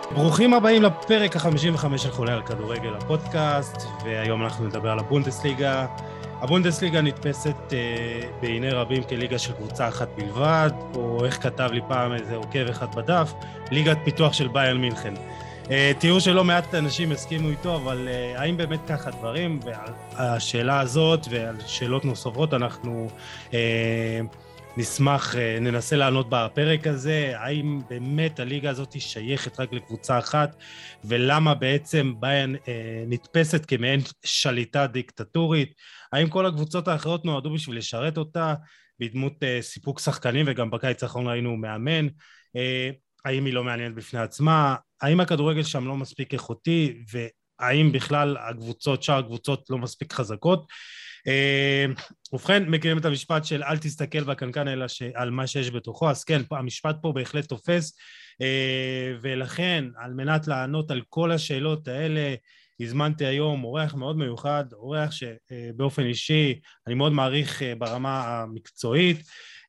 ברוכים הבאים לפרק ה-55 של חולה על כדורגל הפודקאסט, והיום אנחנו נדבר על הבונדסליגה. הבונדסליגה נתפסת בעיני רבים כליגה של קבוצה אחת בלבד, או איך כתב לי פעם איזה עוקב אחד בדף, ליגת פיתוח של ביירן מינכן. תיאור שלא מעט אנשים הסכימו איתו, אבל האם באמת ככה דברים? ועל השאלה הזאת ועל שאלות נוספות אנחנו ננסה לענות בפרק הזה, האם באמת הליגה הזאת היא שייכת רק לקבוצה אחת, ולמה בעצם ביירן נתפסת כמעין שליטה דיקטטורית, האם כל הקבוצות האחרות נועדו בשביל לשרת אותה, בדמות סיפוק שחקנים, וגם בקיץ האחרון ראינו מאמן, האם היא לא מעניינת בפני עצמה, האם הכדורגל שם לא מספיק איכותי, והאם בכלל שאר הקבוצות לא מספיק חזקות. ובכן, מכירים את המשפט של אל תסתכל בקנקן אלא על מה שיש בתוכו, אז כן, המשפט פה בהחלט תופס, ולכן על מנת לענות על כל השאלות האלה הזמנתי היום אורח מאוד מיוחד, אורח שבאופן אישי אני מאוד מעריך ברמה המקצועית,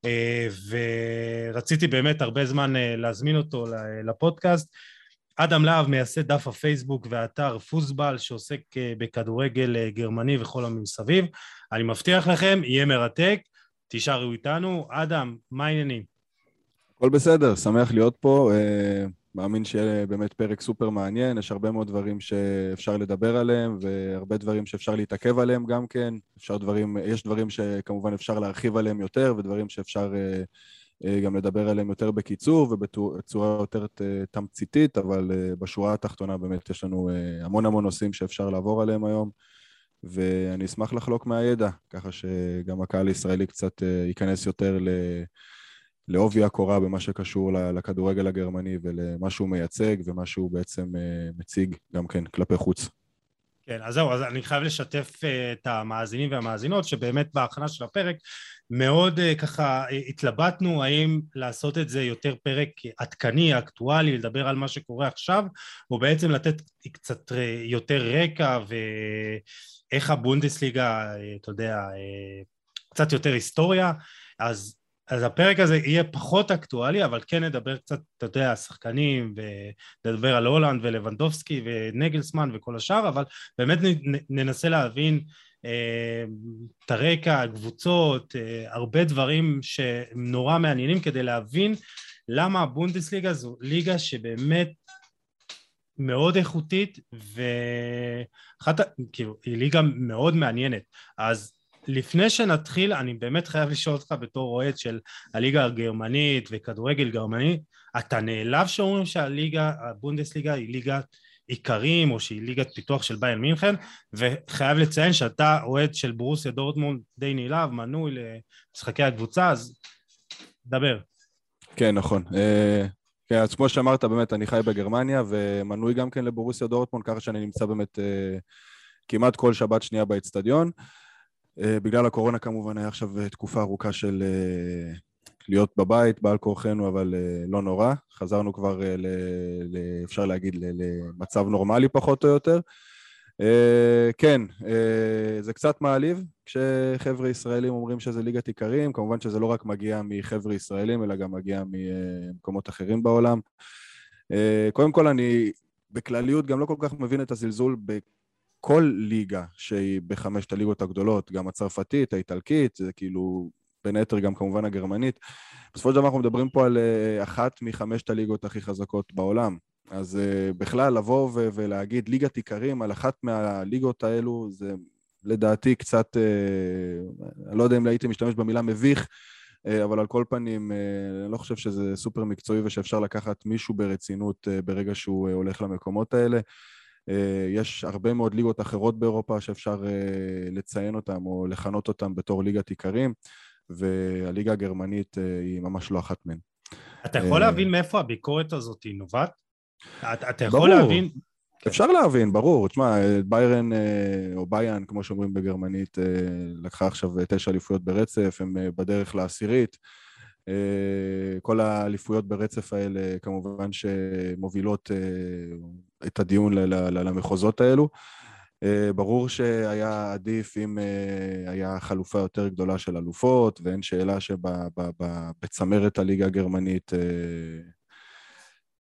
ורציתי באמת הרבה זמן להזמין אותו לפודקאסט. אדם להב, מייסד דף הפייסבוק והאתר פוסבל, שעוסק בכדורגל גרמני וכל המסביב. אני מבטיח לכם, יהיה מרתק, תישארו איתנו. אדם, מה העניינים? הכל בסדר, שמח להיות פה, מאמין שיהיה באמת פרק סופר מעניין, יש הרבה מאוד דברים שאפשר לדבר עליהם, והרבה דברים שאפשר להתעכב עליהם גם כן, יש דברים שכמובן אפשר להרחיב עליהם יותר, ודברים שאפשר גם לדבר עליהם יותר בקיצור ובצורה יותר תמציתית, אבל בשורה התחתונה באמת יש לנו המון נושאים שאפשר לעבור עליהם היום, ואני אשמח לחלוק מהידע, ככה שגם הקהל הישראלי קצת ייכנס יותר לעובי הקורה במה שקשור לכדורגל הגרמני ולמה שהוא מייצג ומה שהוא בעצם מציג גם כן כלפי חוץ. כן, אז זהו, אז אני חייב לשתף את המאזינים והמאזינות שבאמת בהכנה של הפרק מאוד ככה התלבטנו האם לעשות את זה יותר פרק עדכני, אקטואלי, לדבר על מה שקורה עכשיו, או בעצם לתת קצת יותר רקע ואיך הבונדסליגה, אתה יודע, קצת יותר היסטוריה. אז הפרק הזה יהיה פחות אקטואלי, אבל כן נדבר קצת, אתה יודע, שחקנים, ונדבר על הולנד ולוונדובסקי ונגלסמן וכל השאר, אבל באמת ננסה להבין את הרקע, הקבוצות, הרבה דברים שנורא מעניינים כדי להבין למה הבונדסליגה זו ליגה שבאמת מאוד איכותית, כאילו, היא ליגה מאוד מעניינת. אז לפני שנתחיל, אני באמת חייב לשאול אותך בתור אוהד של הליגה הגרמנית וכדורגל גרמני, אתה נעלב שאומרים שהליגה, הבונדסליגה היא ליגת עיקרים, או שהיא ליגת פיתוח של ביירן מינכן, וחייב לציין שאתה אוהד של ברוסיה דורטמונד די נעלב, מנוי למשחקי הקבוצה, אז דבר. כן, נכון. כן, אז כמו שאמרת, באמת, אני חי בגרמניה, ומנוי גם כן לבורוסיה דורטמונד, ככה שאני נמצא באמת כמעט כל שבת שנייה באצטדיון. בגלל הקורונה כמובן היה עכשיו תקופה ארוכה של להיות בבית, בעל כורחנו, אבל לא נורא. חזרנו כבר, אפשר להגיד, למצב נורמלי פחות או יותר. כן, זה קצת מעליב כשחבר'ה ישראלים אומרים שזה ליגת עיקרים, כמובן שזה לא רק מגיע מחבר'ה ישראלים, אלא גם מגיע ממקומות אחרים בעולם. קודם כל, אני בכלליות גם לא כל כך מבין את הזלזול כל ליגה שהיא בחמשת הליגות הגדולות, גם הצרפתית, האיטלקית, זה כאילו בין היתר גם כמובן הגרמנית. בסופו של דבר אנחנו מדברים פה על אחת מחמשת הליגות הכי חזקות בעולם. אז בכלל לבוא ולהגיד ליגת עיקרים על אחת מהליגות האלו, זה לדעתי קצת, אני לא יודע אם הייתי משתמש במילה מביך, אבל על כל פנים, אני לא חושב שזה סופר מקצועי ושאפשר לקחת מישהו ברצינות ברגע שהוא הולך למקומות האלה. יש הרבה מאוד ליגות אחרות באירופה שאפשר לציין אותם או לכנות אותם בתור ליגת עיקרים, והליגה הגרמנית היא ממש לא אחת מהן. אתה יכול להבין מאיפה הביקורת הזאת היא נובעת? אתה יכול ברור. להבין? אפשר להבין, ברור. תשמע, ביירן או ביירן, כמו שאומרים בגרמנית, לקחה עכשיו 9 אליפויות ברצף, הם בדרך לעשירית. כל האליפויות ברצף האלה כמובן שמובילות את הדיון למחוזות האלו. ברור שהיה עדיף אם היה חלופה יותר גדולה של אלופות, ואין שאלה שבצמרת הליגה הגרמנית,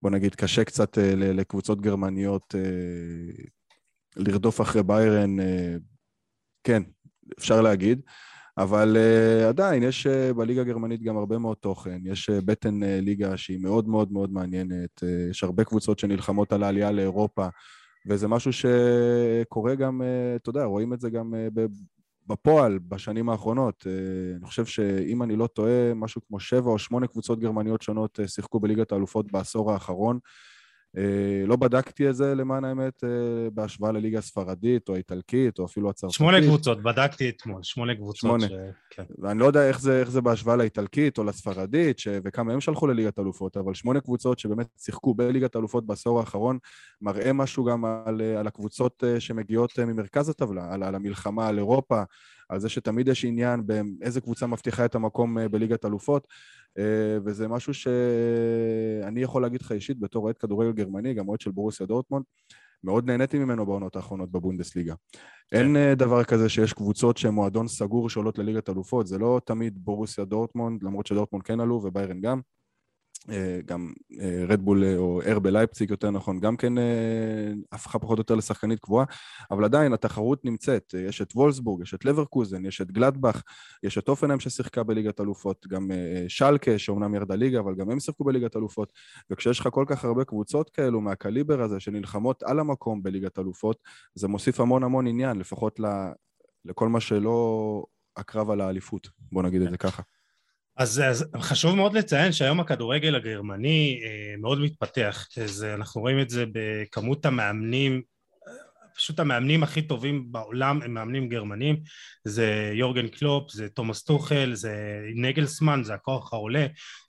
בוא נגיד, קשה קצת לקבוצות גרמניות לרדוף אחרי ביירן, כן, אפשר להגיד, אבל עדיין יש בליגה הגרמנית גם הרבה מאוד תוכן, יש בטן ליגה שהיא מאוד מאוד מאוד מעניינת, יש הרבה קבוצות שנלחמות על העלייה לאירופה, וזה משהו שקורה גם, אתה יודע, רואים את זה גם בפועל בשנים האחרונות. אני חושב שאם אני לא טועה, משהו כמו 7 או 8 קבוצות גרמניות שונות שיחקו בליגת האלופות בעשור האחרון. לא בדקתי את זה למען האמת בהשוואה לליגה הספרדית או האיטלקית או אפילו הצרפתית. 8 קבוצות, בדקתי אתמול, 8 קבוצות. כן. ואני לא יודע איך זה בהשוואה לאיטלקית או לספרדית, וכמה הם שלחו לליגת האלופות, אבל 8 קבוצות שבאמת שיחקו בליגת האלופות בעשור האחרון, מראה משהו גם על הקבוצות שמגיעות ממרכז הטבלה, על המלחמה, על אירופה, על זה שתמיד יש עניין באיזה קבוצה מבטיחה את המקום בליגת האלופות, וזה משהו שאני יכול להגיד לך אישית בתור אוהד כדורגל גרמני, גם אוהד של בורוסיה דורטמונד, מאוד נהניתי ממנו בעונות האחרונות בבונדסליגה. אין דבר כזה שיש קבוצות שהן מועדון סגור שעולות לליגת אלופות, זה לא תמיד בורוסיה דורטמונד, למרות שדורטמונד כן עלו וביירן גם רדבול או ארבה לייפציג יותר נכון, גם כן הפכה פחות או יותר לשחקנית קבועה, אבל עדיין התחרות נמצאת, יש את וולסבורג, יש את לברקוזן, יש את גלדבך, יש את אופנהיים ששיחקה בליגת אלופות, גם שלקה שאומנם ירדה ליגה, אבל גם הם שיחקו בליגת אלופות, וכשיש לך כל כך הרבה קבוצות כאלו מהקליבר הזה שנלחמות על המקום בליגת אלופות, זה מוסיף המון המון עניין, לפחות לכל מה שלא הקרב על האליפות, בוא נגיד את זה ככה. אז חשוב מאוד לציין שהיום הכדורגל הגרמני מאוד מתפתח, אנחנו רואים את זה בכמות המאמנים, פשוט המאמנים הכי טובים בעולם הם מאמנים גרמנים, זה יורגן קלופ, זה תומאס טוחל, זה נגלסמן, זה הכוח העולה.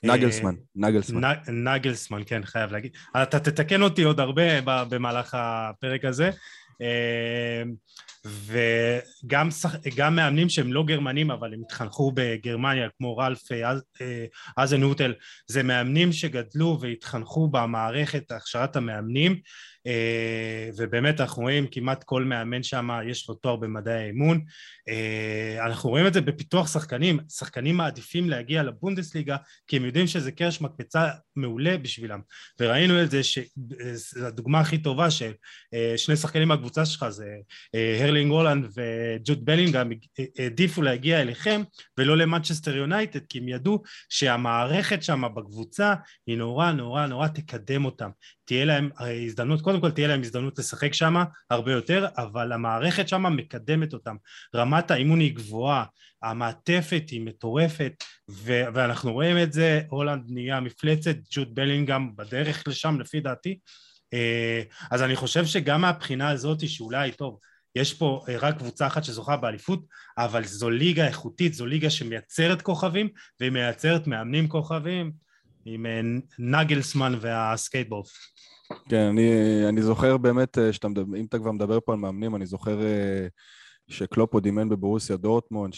נגלסמן, כן, חייב להגיד. אתה תתקן אותי עוד הרבה במהלך הפרק הזה. וגם מאמנים שהם לא גרמנים אבל הם התחנכו בגרמניה כמו רלף אזנהוטל, זה מאמנים שגדלו והתחנכו במערכת הכשרת המאמנים, ובאמת אנחנו רואים כמעט כל מאמן שם יש לו תואר במדעי האימון. אנחנו רואים את זה בפיתוח שחקנים, שחקנים מעדיפים להגיע לבונדסליגה כי הם יודעים שזה קרש מקפצה מעולה בשבילם, וראינו את זה שהדוגמה הכי טובה של שני שחקנים מהקבוצה שלך זה הרלינג הולנד וג'וד בלינגהאם העדיפו להגיע אליכם ולא למנצ'סטר יונייטד, כי הם ידעו שהמערכת שם בקבוצה היא נורא נורא נורא תקדם אותם, תהיה להם הזדמנות, קודם כל תהיה להם הזדמנות לשחק שם הרבה יותר, אבל המערכת שם מקדמת אותם, רמת האימון היא גבוהה, המעטפת היא מטורפת, ואנחנו רואים את זה, הולנד נהיה מפלצת, ג'וד בלינגהאם בדרך לשם לפי דעתי, אז אני חושב שגם מהבחינה הזאת שאולי טוב, יש פה רק קבוצה אחת שזוכה באליפות, אבל זו ליגה איכותית, זו ליגה שמייצרת כוכבים, והיא מייצרת מאמנים כוכבים, עם נגלסמן והסקייטבורד. כן, אני זוכר באמת, אם אתה כבר מדבר פה על מאמנים, אני זוכר שקלופ עוד אימן בבורוסיה דורטמונד,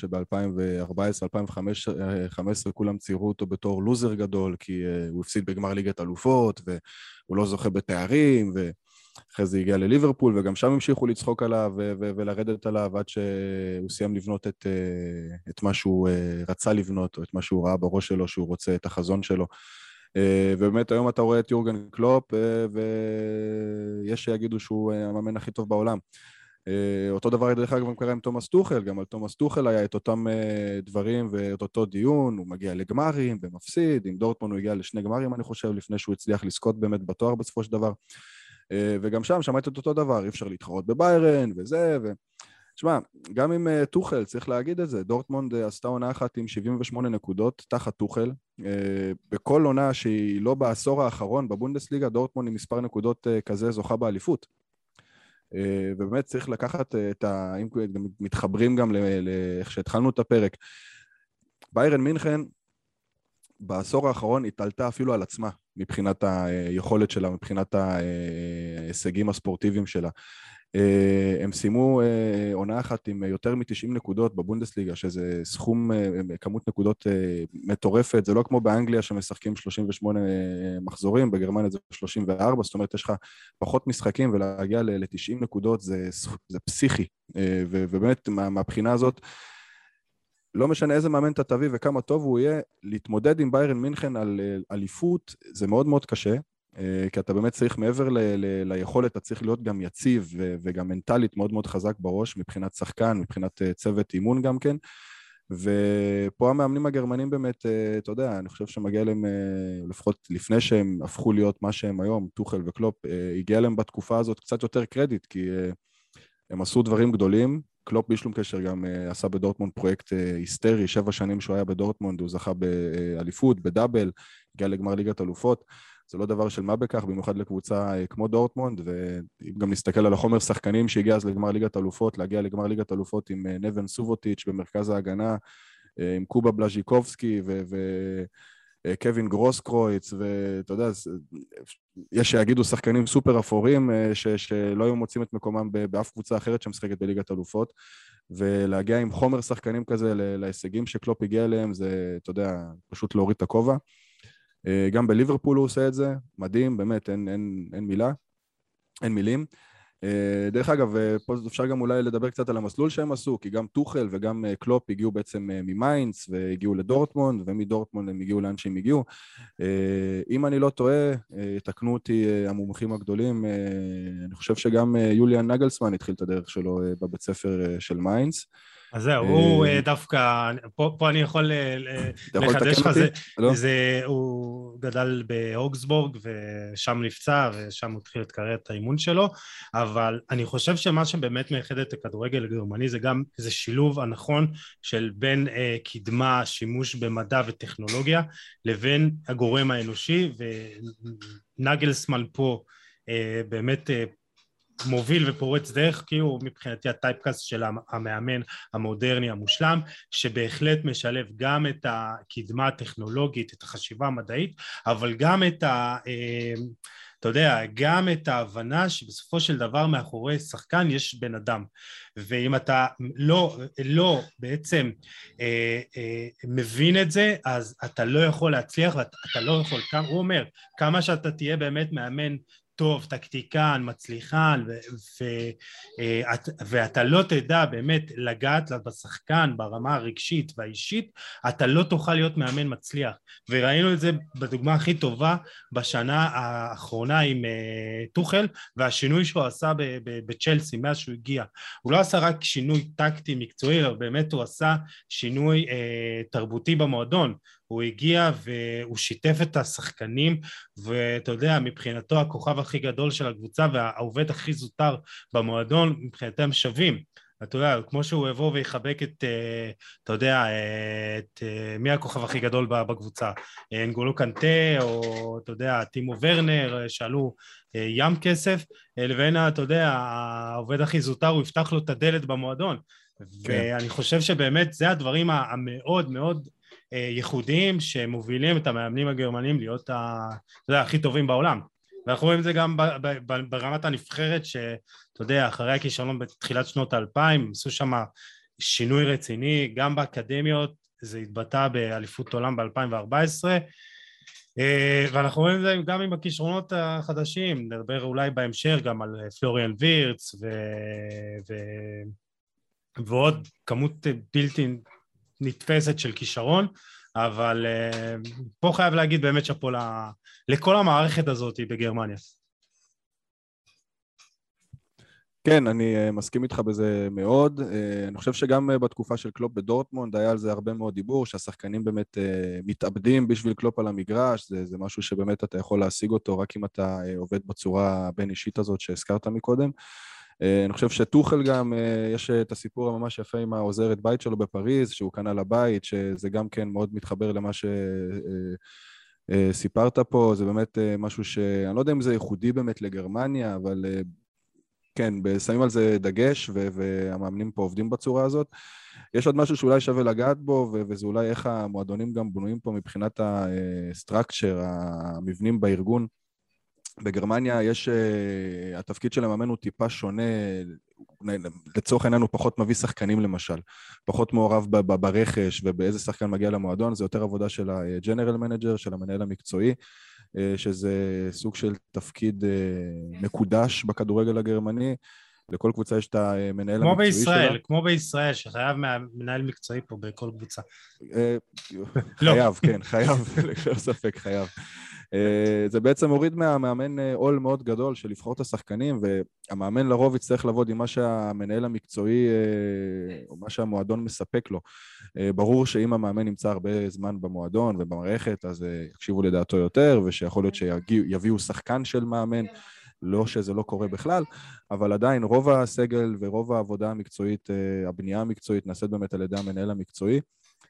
שב-2014-2015 כולם ציירו אותו בתור לוזר גדול, כי הוא הפסיד בגמר ליגת אלופות, והוא לא זוכה בתארים, ואחרי זה הגיע לליברפול, וגם שם המשיכו לצחוק עליו ולרדת עליו, עד שהוא סיים לבנות את מה שהוא רצה לבנות, או את מה שהוא ראה בראש שלו, שהוא רוצה את החזון שלו. ובאמת היום אתה רואה את יורגן קלופ, ויש שיגידו שהוא המאמן הכי טוב בעולם. אותו דבר דרך אגב גם קרה עם תומאס טוחל, גם על תומאס טוחל היה את אותם דברים ואת אותו דיון, הוא מגיע לגמרים ומפסיד, עם דורטמונד הוא הגיע לשני גמרים אני חושב, לפני שהוא הצליח לזכות באמת בתואר בסופו של דבר, וגם שם שמעת את אותו דבר, אי אפשר להתחרות בביירן וזה, תשמע, גם עם טוחל צריך להגיד את זה, דורטמונד עשתה עונה אחת עם 78 נקודות תחת טוחל, בכל עונה שהיא לא בעשור האחרון בבונדסליגה, דורטמונד עם מספר נקודות כזה זוכה באליפות, ובאמת צריך לקחת אם מתחברים גם לאיך שהתחלנו את הפרק, ביירן מינכן בעשור האחרון התעלתה אפילו על עצמה מבחינת היכולת שלה, מבחינת ההישגים הספורטיביים שלה. הם סיימו עונה אחת עם יותר מ-90 נקודות בבונדסליגה, שזה סכום, כמות נקודות מטורפת, זה לא כמו באנגליה שמשחקים 38 מחזורים, בגרמניה זה 34, זאת אומרת יש לך פחות משחקים ולהגיע ל-90 נקודות זה פסיכי, ובאמת מהבחינה הזאת, לא משנה איזה מאמן אתה תביא וכמה טוב הוא יהיה, להתמודד עם ביירן מינכן על אליפות, זה מאוד מאוד קשה, כי אתה באמת צריך מעבר ליכולת, אתה צריך להיות גם יציב וגם מנטלית מאוד מאוד חזק בראש, מבחינת שחקן, מבחינת צוות אימון גם כן, ופה המאמנים הגרמנים באמת, אתה יודע, אני חושב שמגיע להם, לפחות לפני שהם הפכו להיות מה שהם היום, טוחל וקלופ, הגיע להם בתקופה הזאת קצת יותר קרדיט, כי הם עשו דברים גדולים, קלופ בשלום קשר גם עשה בדורטמונד פרויקט היסטרי, 7 שנים שהוא היה בדורטמונד, הוא זכה באליפות, בדאבל, הגיע לגמר ליגת אלופות, זה לא דבר של מה בכך, במיוחד לקבוצה כמו דורטמונד, ואם גם נסתכל על החומר שחקנים שהגיע אז לגמר ליגת אלופות, להגיע לגמר ליגת אלופות עם נבן סובוטיץ' במרכז ההגנה, עם קובה בלז'יקובסקי וקווין גרוסקרויץ, ואתה יודע, יש שיגידו שחקנים סופר אפורים שלא היו מוצאים את מקומם באף קבוצה אחרת שמשחקת בליגת אלופות, ולהגיע עם חומר שחקנים כזה להישגים שקלופ הגיע אליהם, זה, אתה יודע, פשוט להוריד את הכובע. גם בליברפול הוא עושה את זה, מדהים, באמת, אין מילים. דרך אגב, פה אפשר גם אולי לדבר קצת על המסלול שהם עשו, כי גם טוחל וגם קלופ הגיעו בעצם ממיינץ, והגיעו לדורטמונד, ומדורטמונד הם הגיעו לאן שהם הגיעו. אם אני לא טועה, תקנו אותי המומחים הגדולים, אני חושב שגם יוליאן נגלסמן התחיל את הדרך שלו בבית ספר של מיינץ. אז זהו, הוא דווקא, פה אני יכול לחדש לך, הוא גדל באוגסבורג ושם נפצע ושם הוא התחיל את קריירת האימון שלו, אבל אני חושב שמה שבאמת מייחד את הכדורגל הגרמני זה גם איזה שילוב הנכון של בין קדמה, שימוש במדע וטכנולוגיה לבין הגורם האנושי, ונגלסמן פה באמת מוביל ופורץ דרך, כי הוא מבחינתי הטייפקאסט של המאמן המודרני המושלם, שבהחלט משלב גם את הקדמה הטכנולוגית, את החשיבה המדעית, אבל גם אתה יודע, גם את ההבנה שבסופו של דבר מאחורי שחקן יש בן אדם, ואם אתה לא בעצם מבין את זה, אז אתה לא יכול להצליח, ואתה לא יכול, הוא אומר, כמה שאתה תהיה באמת מאמן טוב, טקטיקן, מצליחן, ואתה לא תדע באמת לגעת בשחקן ברמה הרגשית והאישית, אתה לא תוכל להיות מאמן מצליח. וראינו את זה בדוגמה הכי טובה בשנה האחרונה עם טוחל, והשינוי שהוא עשה בצ'לסי מאז שהוא הגיע. הוא לא עשה רק שינוי טקטי מקצועי, אבל באמת הוא עשה שינוי תרבותי במועדון. הוא הגיע והוא שיתף את השחקנים, ואתה יודע, מבחינתו הכוכב הכי גדול של הקבוצה והעובד הכי זוטר במועדון, מבחינתם שווים. אתה יודע, כמו שהוא יבוא ויחבק אתה יודע, מי הכוכב הכי גדול בקבוצה? אנגולו קנטה, או אתה יודע, טימו ורנר, שעלו ים כסף, לבין, אתה יודע, העובד הכי זוטר, הוא יפתח לו את הדלת במועדון. ואני חושב שבאמת זה הדברים המאוד מאוד ייחודיים שמובילים את המאמנים הגרמנים להיות הכי טובים בעולם. ואנחנו רואים את זה גם ברמת הנבחרת, שאתה יודע, אחרי הכישלון בתחילת שנות ה-2000, עשו שם שינוי רציני, גם באקדמיות, זה התבטא באליפות עולם ב-2014, ואנחנו רואים את זה גם עם הכישרונות החדשים, נדבר אולי בהמשך גם על פלוריאן וירץ, ועוד כמות בלתי נתפסת של כישרון, אבל פה חייב להגיד באמת שפה לכל המערכת הזאת בגרמניה. כן, אני מסכים איתך בזה מאוד. אני חושב שגם בתקופה של קלופ בדורטמונד היה על זה הרבה מאוד דיבור, שהשחקנים באמת מתאבדים בשביל קלופ על המגרש, זה משהו שבאמת אתה יכול להשיג אותו רק אם אתה עובד בצורה בין אישית הזאת שהזכרת מקודם. אני חושב שטוחל גם, יש את הסיפור הממש יפה עם העוזרת בית שלו בפריז, שהוא קנה לבית, שזה גם כן מאוד מתחבר למה שסיפרת פה, זה באמת משהו שאני לא יודע אם זה ייחודי באמת לגרמניה, אבל כן, שמים על זה דגש, והמאמנים פה עובדים בצורה הזאת. יש עוד משהו שאולי שווה לגעת בו, וזה אולי איך המועדונים גם בנויים פה מבחינת הסטרקצ'ר, המבנים בארגון. בגרמניה יש, התפקיד של המאמן הוא טיפה שונה, לצורך העניין הוא פחות מביא שחקנים למשל, פחות מעורב ברכש ובאיזה שחקן מגיע למועדון, זה יותר עבודה של הג'נרל מנג'ר, של המנהל המקצועי, שזה סוג של תפקיד מקודש בכדורגל הגרמני, לכל קבוצה יש את המנהל המקצועי שלה. כמו בישראל, שחייב מנהל מקצועי פה בכל קבוצה. חייב, כן, חייב, לכל ספק חייב. זה בעצם הוריד מהמאמן עול מאוד גדול של לבחור את השחקנים, והמאמן לרוב יצטרך לעבוד עם מה שהמנהל המקצועי, או מה שהמועדון מספק לו. ברור שאם המאמן נמצא הרבה זמן במועדון ובמערכת, אז יקשיבו לדעתו יותר, ושיכול להיות שיביאו שחקן של מאמן, לא שזה לא קורה בכלל, אבל עדיין רוב הסגל ורוב העבודה המקצועית, הבנייה המקצועית נעשית באמת על ידי המנהל המקצועי,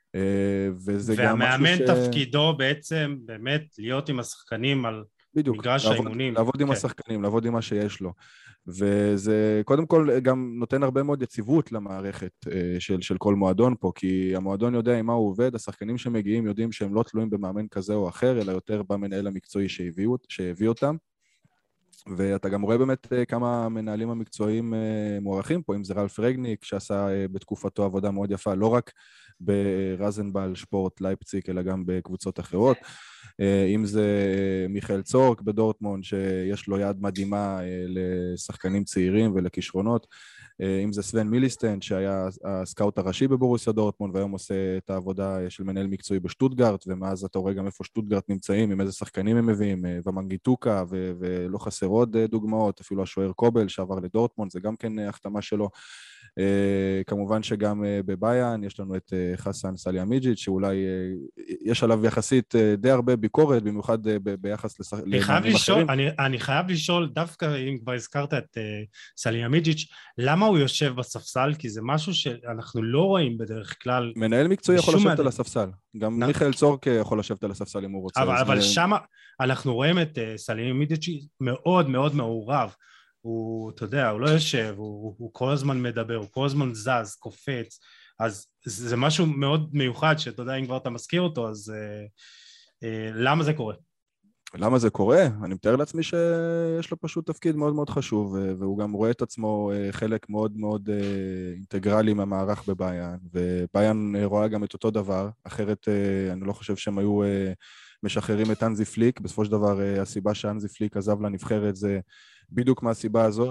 וזה גם משהו והמאמן תפקידו בעצם באמת להיות עם השחקנים על מגרש האימונים. לעבוד עם השחקנים, לעבוד עם מה שיש לו. וזה קודם כל גם נותן הרבה מאוד יציבות למערכת של כל מועדון פה, כי המועדון יודע עם מה הוא עובד, השחקנים שמגיעים יודעים שהם לא תלויים במאמן כזה או אחר, אלא יותר במנהל המקצועי שהביא אותם. ואתה גם רואה באמת כמה המנהלים המקצועיים מוערכים פה, אם זה רלף רגניק, שעשה בתקופתו עבודה מאוד יפה, לא רק ברזנבל, שפורט, לייפציג, אלא גם בקבוצות אחרות. אם זה מיכאל צורק בדורטמונד, שיש לו יד מדהימה לשחקנים צעירים ולכישרונות. אם זה סוון מיליסטן, שהיה הסקאוט הראשי בבורוסיה דורטמונד, והיום עושה את העבודה של מנהל מקצועי בשטוטגרט, ומאז אתה רואה גם איפה שטוטגרט נמצאים, עם איזה שחקנים הם מביאים, ומנגיטוקה, ולא חסר עוד דוגמאות, אפילו השוער קובל שעבר לדורטמונד, זה גם כן החתמה שלו. כמובן שגם בביין יש לנו את חסן סליאמיג'יץ', שאולי יש עליו יחסית די הרבה ביקורת, במיוחד ביחס למאמנים אחרים. אני חייב לשאול, דווקא אם כבר הזכרת את סליאמיג'יץ', למה הוא יושב בספסל? כי זה משהו שאנחנו לא רואים בדרך כלל. מנהל מקצועי יכול לשבת על הספסל. גם מיכאל צורק יכול לשבת על הספסל אם הוא רוצה. אבל שם אנחנו רואים את סליאמיג'יץ' מאוד מאוד מעורב. הוא, אתה יודע, הוא לא יושב, הוא כל הזמן מדבר, הוא כל הזמן זז, קופץ, אז זה משהו מאוד מיוחד, שאתה יודע, אם כבר אתה מזכיר אותו, אז למה זה קורה? למה זה קורה? אני מתאר לעצמי שיש לו פשוט תפקיד מאוד מאוד חשוב, והוא גם רואה את עצמו חלק מאוד מאוד אינטגרלי מהמערך בביין, וביין רואה גם את אותו דבר, אחרת אני לא חושב שהם היו משחררים את אנזי פליק, בסופו של דבר הסיבה שאנזי פליק עזב לנבחרת זה בדיוק מהסיבה הזאת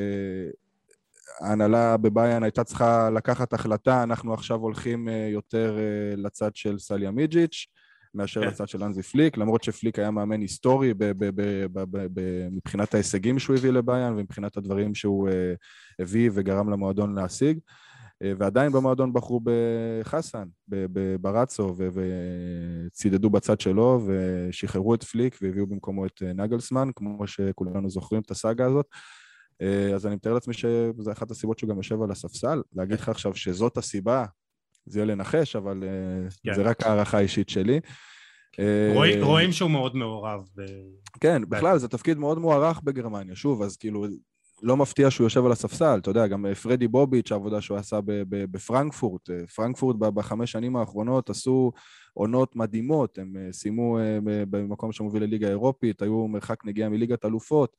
שההנהלה בביין הייתה צריכה לקחת החלטה, אנחנו עכשיו הולכים יותר לצד של סליאמיג'יץ' מאשר לצד של אנזי פליק, למרות שפליק היה מאמן היסטורי מבחינת ההישגים שהוא הביא לביין ומבחינת הדברים שהוא הביא וגרם למועדון להשיג, ועדיין במועדון בחרו בחסן, ברצו, וצידדו בצד שלו, ושחררו את פליק, והביאו במקומו את נגלסמן, כמו שכולנו זוכרים את הסאגה הזאת. אז אני מתאר לעצמי שזה אחת הסיבות שהוא גם יושב על הספסל. להגיד לך עכשיו שזאת הסיבה, זה יהיה לנחש, אבל זה רק הערכה אישית שלי. רואים שהוא מאוד מעורב. כן, בכלל, זה תפקיד מאוד מוערך בגרמניה. שוב, אז כאילו לא מפתיע שהוא יושב על הספסל, אתה יודע, גם פרדי בוביץ', העבודה שהוא עשה בפרנקפורט, פרנקפורט ב5 שנים האחרונות עשו עונות מדהימות, הם סיימו במקום שמוביל לליגה האירופית, היו מרחק נגיעה מליגת אלופות,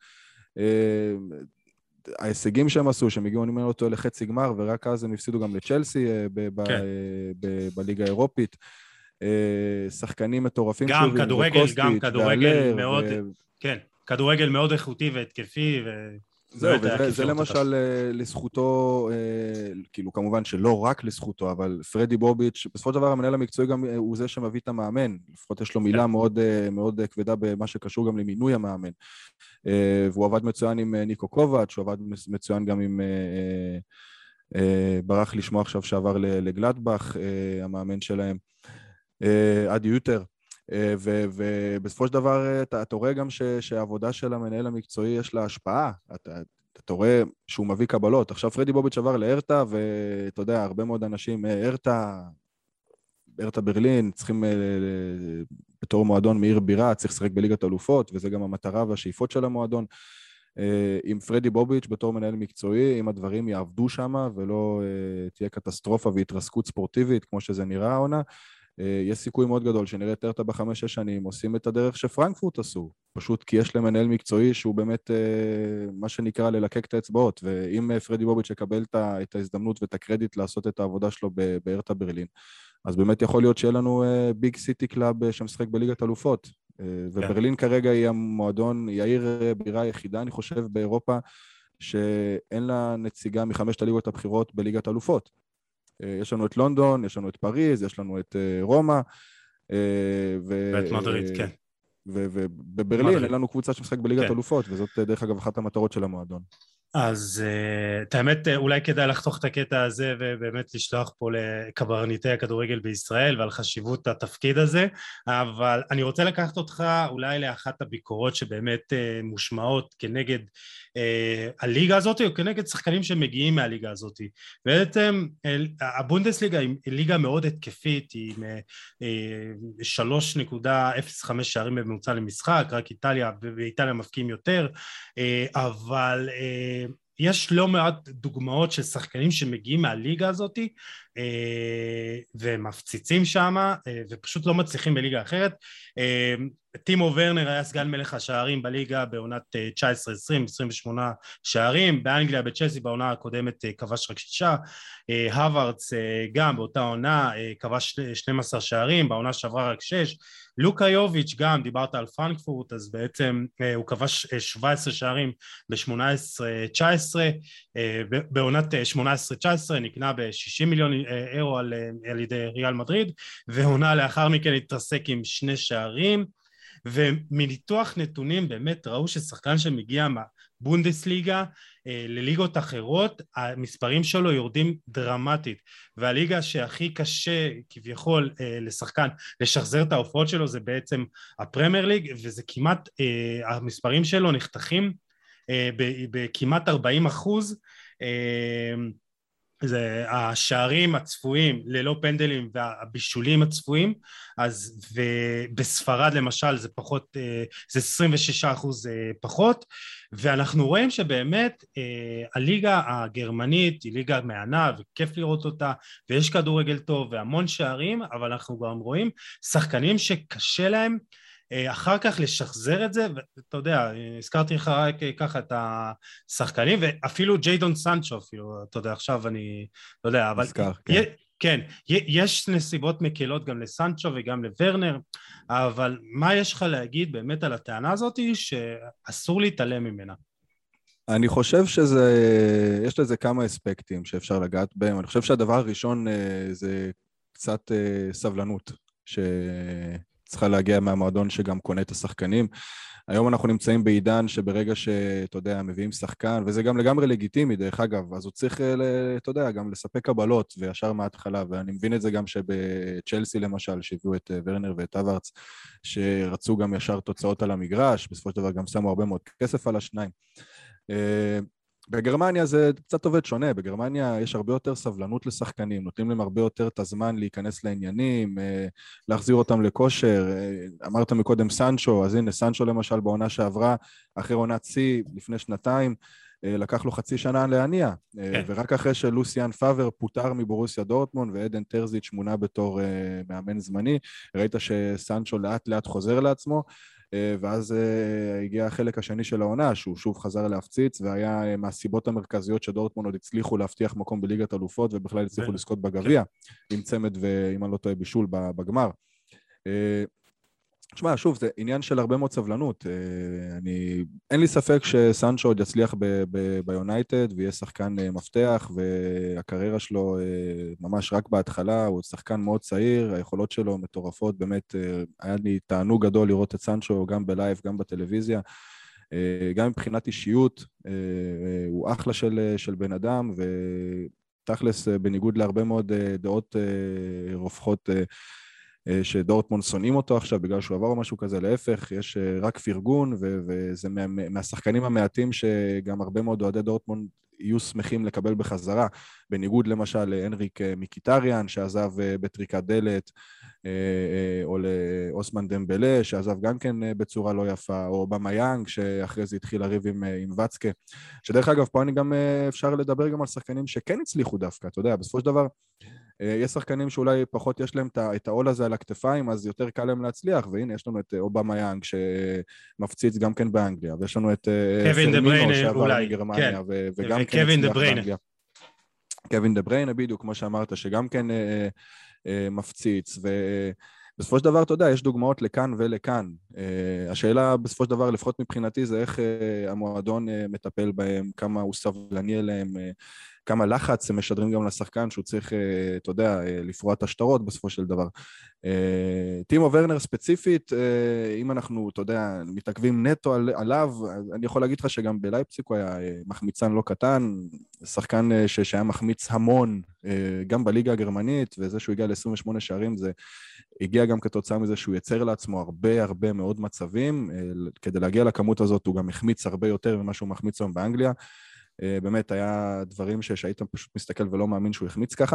ההישגים שהם עשו, שהם הגיעו נמנו אותו לחצי גמר, ורק אז הם הפסידו גם לצ'לסי בליגה האירופית, שחקנים מטורפים גם כדורגל מאוד, כן, כדורגל מאוד איכותי והתקפי, זהו, וזה למשל לזכותו, כאילו כמובן שלא רק לזכותו, אבל פרדי בוביץ', בסופו של דבר המנהל המקצועי גם הוא זה שמביא את המאמן, לפחות יש לו מילה מאוד, מאוד כבדה במה שקשור גם למינוי המאמן, והוא עבד מצוין עם ניקו קובץ', הוא עבד מצוין גם עם, ברח לשמוע עכשיו שעבר לגלדבך, המאמן שלהם, עד יותר. ובסופו של דבר אתה רואה גם שהעבודה של המנהל המקצועי יש לה השפעה, אתה רואה שהוא מביא קבלות. עכשיו פרדי בוביץ' עבר לארטה, ואתה יודע, הרבה מאוד אנשים, ארטה ברלין, צריכים בתור מועדון מעיר בירה, צריך לשחק בליגת אלופות, וזה גם המטרה והשאיפות של המועדון. עם פרדי בוביץ' בתור מנהל מקצועי, אם הדברים יעבדו שם, ולא תהיה קטסטרופה והתרסקות ספורטיבית, כמו שזה נראה העונה, יש סיכוי מאוד גדול שנראה את ארטה ב5-6 שנים עושים את הדרך שפרנקפורט עשו, פשוט כי יש להם מנהל מקצועי שהוא באמת מה שנקרא ללקק את האצבעות, ואם פרדי בוביץ' יקבל את ההזדמנות ואת הקרדיט לעשות את העבודה שלו בארטה ברלין, אז באמת יכול להיות שיהיה לנו ביג סיטי קלאב שמשחק בליגת אלופות, וברלין כרגע היא המועדון, היא העיר בירה היחידה, אני חושב, באירופה, שאין לה נציגה מחמשת הליגות הבכירות בליגת אלופות. יש לנו את לונדון, יש לנו את פריז, יש לנו את רומא, ואת מדריד, כן. ובברלין אין לנו קבוצה שמשחק בליגת אלופות, וזאת דרך אגב אחת המטרות של המועדון. אז את האמת, אולי כדאי לחתוך את הקטע הזה ובאמת לשלוח פה לקברניטי הכדורגל בישראל ועל חשיבות התפקיד הזה, אבל אני רוצה לקחת אותך אולי לאחת הביקורות שבאמת מושמעות כנגד הליגה הזאת או כנגד שחקנים שמגיעים מהליגה הזאת. בעצם הבונדסליגה היא ליגה מאוד התקפית, היא 3.05 שערים בממוצע למשחק, רק איטליה ואיטליה מפקיעים יותר, אבל יש לא מעט דוגמאות של שחקנים שמגיעים מהליגה הזאת ומפציצים שם ופשוט לא מצליחים בליגה אחרת. טימו ורנר היה סגן מלך השערים בליגה בעונת 19-20, 28 שערים, באנגליה בצ'לסי בעונה הקודמת כבש רק 6, הווארדס גם באותה עונה כבש 12 שערים, בעונה שעברה רק 6, לוקה יוביץ' גם, דיברת על פרנקפורט, אז בעצם הוא כבש 17 שערים ב-18-19, בעונת 18-19 נקנה ב-60 מיליון אירו על ידי ריאל מדריד, ועונה לאחר מכן התרסק עם 2 שערים, ומניתוח נתונים באמת ראו ששחקן שמגיע מהבונדסליגה לליגות אחרות, המספרים שלו יורדים דרמטית, והליגה שהכי קשה כביכול לשחקן לשחזר את ההופעות שלו זה בעצם הפרמייר ליג, וזה כמעט, המספרים שלו נחתכים בכמעט 40%, זה השערים הצפויים ללא פנדלים והבישולים הצפויים, אז ובספרד למשל זה פחות, זה 26% פחות, ואנחנו רואים שבאמת הליגה הגרמנית היא ליגה מענה וכיף לראות אותה, ויש כדורגל טוב והמון שערים, אבל אנחנו גם רואים שחקנים שקשה להם אחר כך לשחזר את זה, ואתה יודע, הזכרתי לך רק ככה את השחקנים, ואפילו ג'יידון סנצ'ו, אפילו, אתה יודע, עכשיו אני, לא יודע, אבל כן, יש נסיבות מקלות גם לסנצ'ו וגם לוורנר, אבל מה יש לך להגיד באמת על הטענה הזאת שאסור להתעלם ממנה? אני חושב יש לזה כמה אספקטים שאפשר לגעת בהם. אני חושב שהדבר הראשון זה קצת סבלנות, צריכה להגיע מהמועדון שגם קונה את השחקנים. היום אנחנו נמצאים בעידן שברגע שאתה יודע, מביאים שחקן, וזה גם לגמרי לגיטימי דרך אגב, אז הוא צריך, אתה יודע, גם לספק קבלות וישר מההתחלה, ואני מבין את זה גם שבצ'לסי למשל, שהביאו את ורנר ואת הווארדס, שרצו גם ישר תוצאות על המגרש, בסופו של דבר גם שמו הרבה מאוד כסף על השניים. בגרמניה זה קצת עובד שונה, בגרמניה יש הרבה יותר סבלנות לשחקנים, נותנים להם הרבה יותר את הזמן להיכנס לעניינים, להחזיר אותם לכושר, אמרת מקודם סנצ'ו, אז הנה סנצ'ו למשל בעונה שעברה, אחרי עונת צי לפני שנתיים, לקח לו חצי שנה להניע, ורק אחרי שלוסיאן פאבר פוטר מבורוסיה דורטמונד ועדן טרזיץ' מונה בתור מאמן זמני, ראית שסנצ'ו לאט לאט חוזר לעצמו, ואז הגיע החלק השני של העונה, שהוא שוב חזר להפציץ, והיה מהסיבות המרכזיות שדורטמונד עוד הצליחו להבטיח מקום בליגת אלופות, ובכלל הצליחו לזכות בגביע, עם צמד ואם אני לא טועה בישול בגמר. תשמע, שוב, זה עניין של הרבה מאוד סבלנות. אין לי ספק שסנצ'ו עוד יצליח ביונייטד, ויהיה שחקן מפתח, והקריירה שלו ממש רק בהתחלה, הוא שחקן מאוד צעיר, היכולות שלו מטורפות, באמת היה לי תענוג גדול לראות את סנצ'ו גם בלייב, גם בטלוויזיה, גם מבחינת אישיות, הוא אחלה של בן אדם, ותכלס בניגוד להרבה מאוד דעות רופחות, שדורטמונד שונאים אותו עכשיו בגלל שהוא עבר או משהו כזה, להפך, יש רק פרגון, וזה מהשחקנים המעטים שגם הרבה מאוד אוהדי דורטמונד יהיו שמחים לקבל בחזרה, בניגוד למשל לאנריק מיקיטריאן שעזב בטריקת דלת, או לאוסמן דמבלה שעזב גם כן בצורה לא יפה, או במייאנג שאחרי זה התחיל לריב עם וצקה, שדרך אגב פה אני גם אפשר לדבר גם על שחקנים שכן הצליחו דווקא, אתה יודע, בסופו של דבר יש שחקנים שאולי פחות יש להם את העול הזה על הכתפיים, אז יותר קל להם להצליח, והנה יש לנו את אובמה-יאנג שמפציץ גם כן באנגליה, ויש לנו את פרמינו שעבר מגרמניה, וגם כן הצליח באנגליה. קווין דה בריינה בדיוק, כמו שאמרת, שגם כן מפציץ, ובסופו של דבר, אתה יודע, יש דוגמאות לכאן ולכאן, השאלה בסופו של דבר, לפחות מבחינתי, זה איך המועדון מטפל בהם, כמה הוא סבלני אליהם, כמה לחץ הם משדרים גם לשחקן שהוא צריך, אתה יודע, לפרוע את השטרות בסופו של דבר. טימו ורנר ספציפית, אם אנחנו, אתה יודע, מתעכבים נטו עליו, אני יכול להגיד לך שגם בלייפציג הוא היה מחמיצן לא קטן, שחקן שהיה מחמיץ המון, גם בליגה הגרמנית, וזה שהוא הגיע ל-28 שערים, זה הגיע גם כתוצאה מזה שהוא יצר לעצמו הרבה מאוד מצבים, כדי להגיע לכמות הזאת הוא גם החמיץ הרבה יותר ממה שהוא מחמיץ היום באנגליה, באמת היה דברים שהיית פשוט מסתכל ולא מאמין שהוא החמיץ ככה,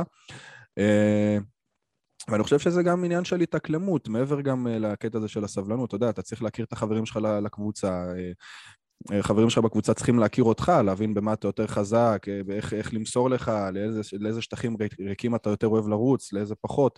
ואני חושב שזה גם עניין של התאקלמות, מעבר גם לקטע הזה של הסבלנות, אתה יודע, אתה צריך להכיר את החברים שלך לקבוצה, חברים שלך בקבוצה צריכים להכיר אותך, להבין במה אתה יותר חזק, איך למסור לך, לאיזה שטחים ריקים אתה יותר אוהב לרוץ, לאיזה פחות,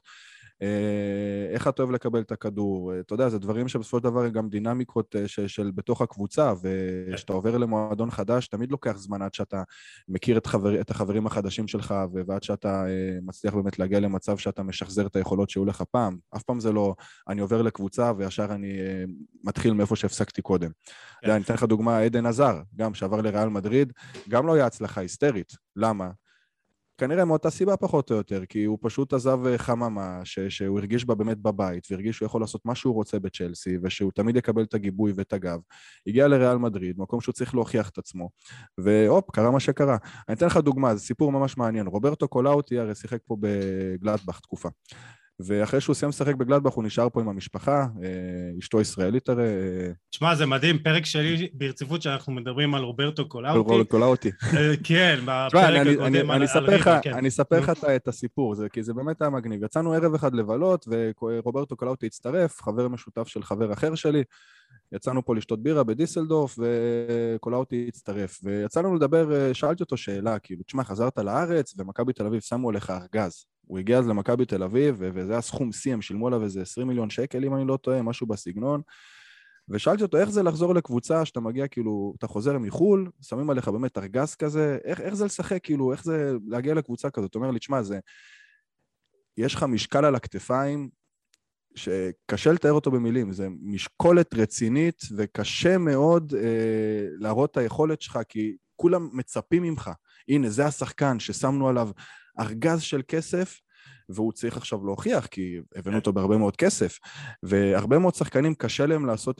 איך אתה אוהב לקבל את הכדור, אתה יודע, זה דברים שבסופו של דבר גם דינמיקות של בתוך הקבוצה, ושאתה עובר למועדון חדש, תמיד לוקח זמן עד שאתה מכיר את החברים החדשים שלך, ועד שאתה מצליח באמת להגיע למצב שאתה משחזר את היכולות שהיו לך פעם. אף פעם זה לא, אני עובר לקבוצה וישר אני מתחיל מאיפה שהפסקתי קודם. אני אתן לך דוגמה, עדן עזר, גם שעבר לריאל מדריד, גם לא היה הצלחה היסטרית. למה? כנראה מאותה סיבה פחות או יותר, כי הוא פשוט עזב חממה שהוא הרגיש בה באמת בבית, והרגיש שהוא יכול לעשות מה שהוא רוצה בצ'לסי, ושהוא תמיד יקבל את הגיבוי ואת הגב. הגיע לריאל מדריד, מקום שהוא צריך להוכיח את עצמו, והופ, קרה מה שקרה. אני אתן לך דוגמה, זה סיפור ממש מעניין. רוברטו קולאוטי הרי שיחק פה בגלדבך תקופה. ואחרי שהוא סיים לשחק בגלדבך, הוא נשאר פה עם המשפחה, אשתו ישראלית הרי. תשמע, זה מדהים, פרק שלי ברציפות שאנחנו מדברים על רוברטו קולאוטי. כן, בפרק הקודם על ריבר. אני אספר לך את הסיפור, כי זה באמת היה מגניב. יצאנו ערב אחד לבלות, ורוברטו קולאוטי הצטרף, חבר משותף של חבר אחר שלי, יצאנו פה לשתות בירה בדיסלדורף, וקולאוטי הצטרף, ויצאנו לדבר, שאלתי אותו שאלה, כאילו, תשמע, חזרת לארץ, ומכבי תל אביב שמו לך ארגז. הוא הגיע אז למכבי תל אביב, וזה היה סכום שיא, הם שילמו עליו איזה 20 מיליון שקל, אם אני לא טועה, משהו בסגנון, ושאלתי אותו, איך זה לחזור לקבוצה, שאתה מגיע, כאילו, אתה חוזר מחול, שמים עליך באמת ארגז כזה, איך זה לשחק, כאילו, איך זה להגיע לקבוצה כזאת? הוא אומר לי, תשמע, יש לך משקל על הכתפיים, שקשה לתאר אותו במילים, זה משקולת רצינית, וקשה מאוד להראות את היכולת שלך, כי כולם מצפים ממך. הנה, זה השחקן ששמנו עליו ארגז של כסף, והוא צריך עכשיו להוכיח, כי הבאנו אותו בהרבה מאוד כסף, והרבה מאוד שחקנים קשה להם לעשות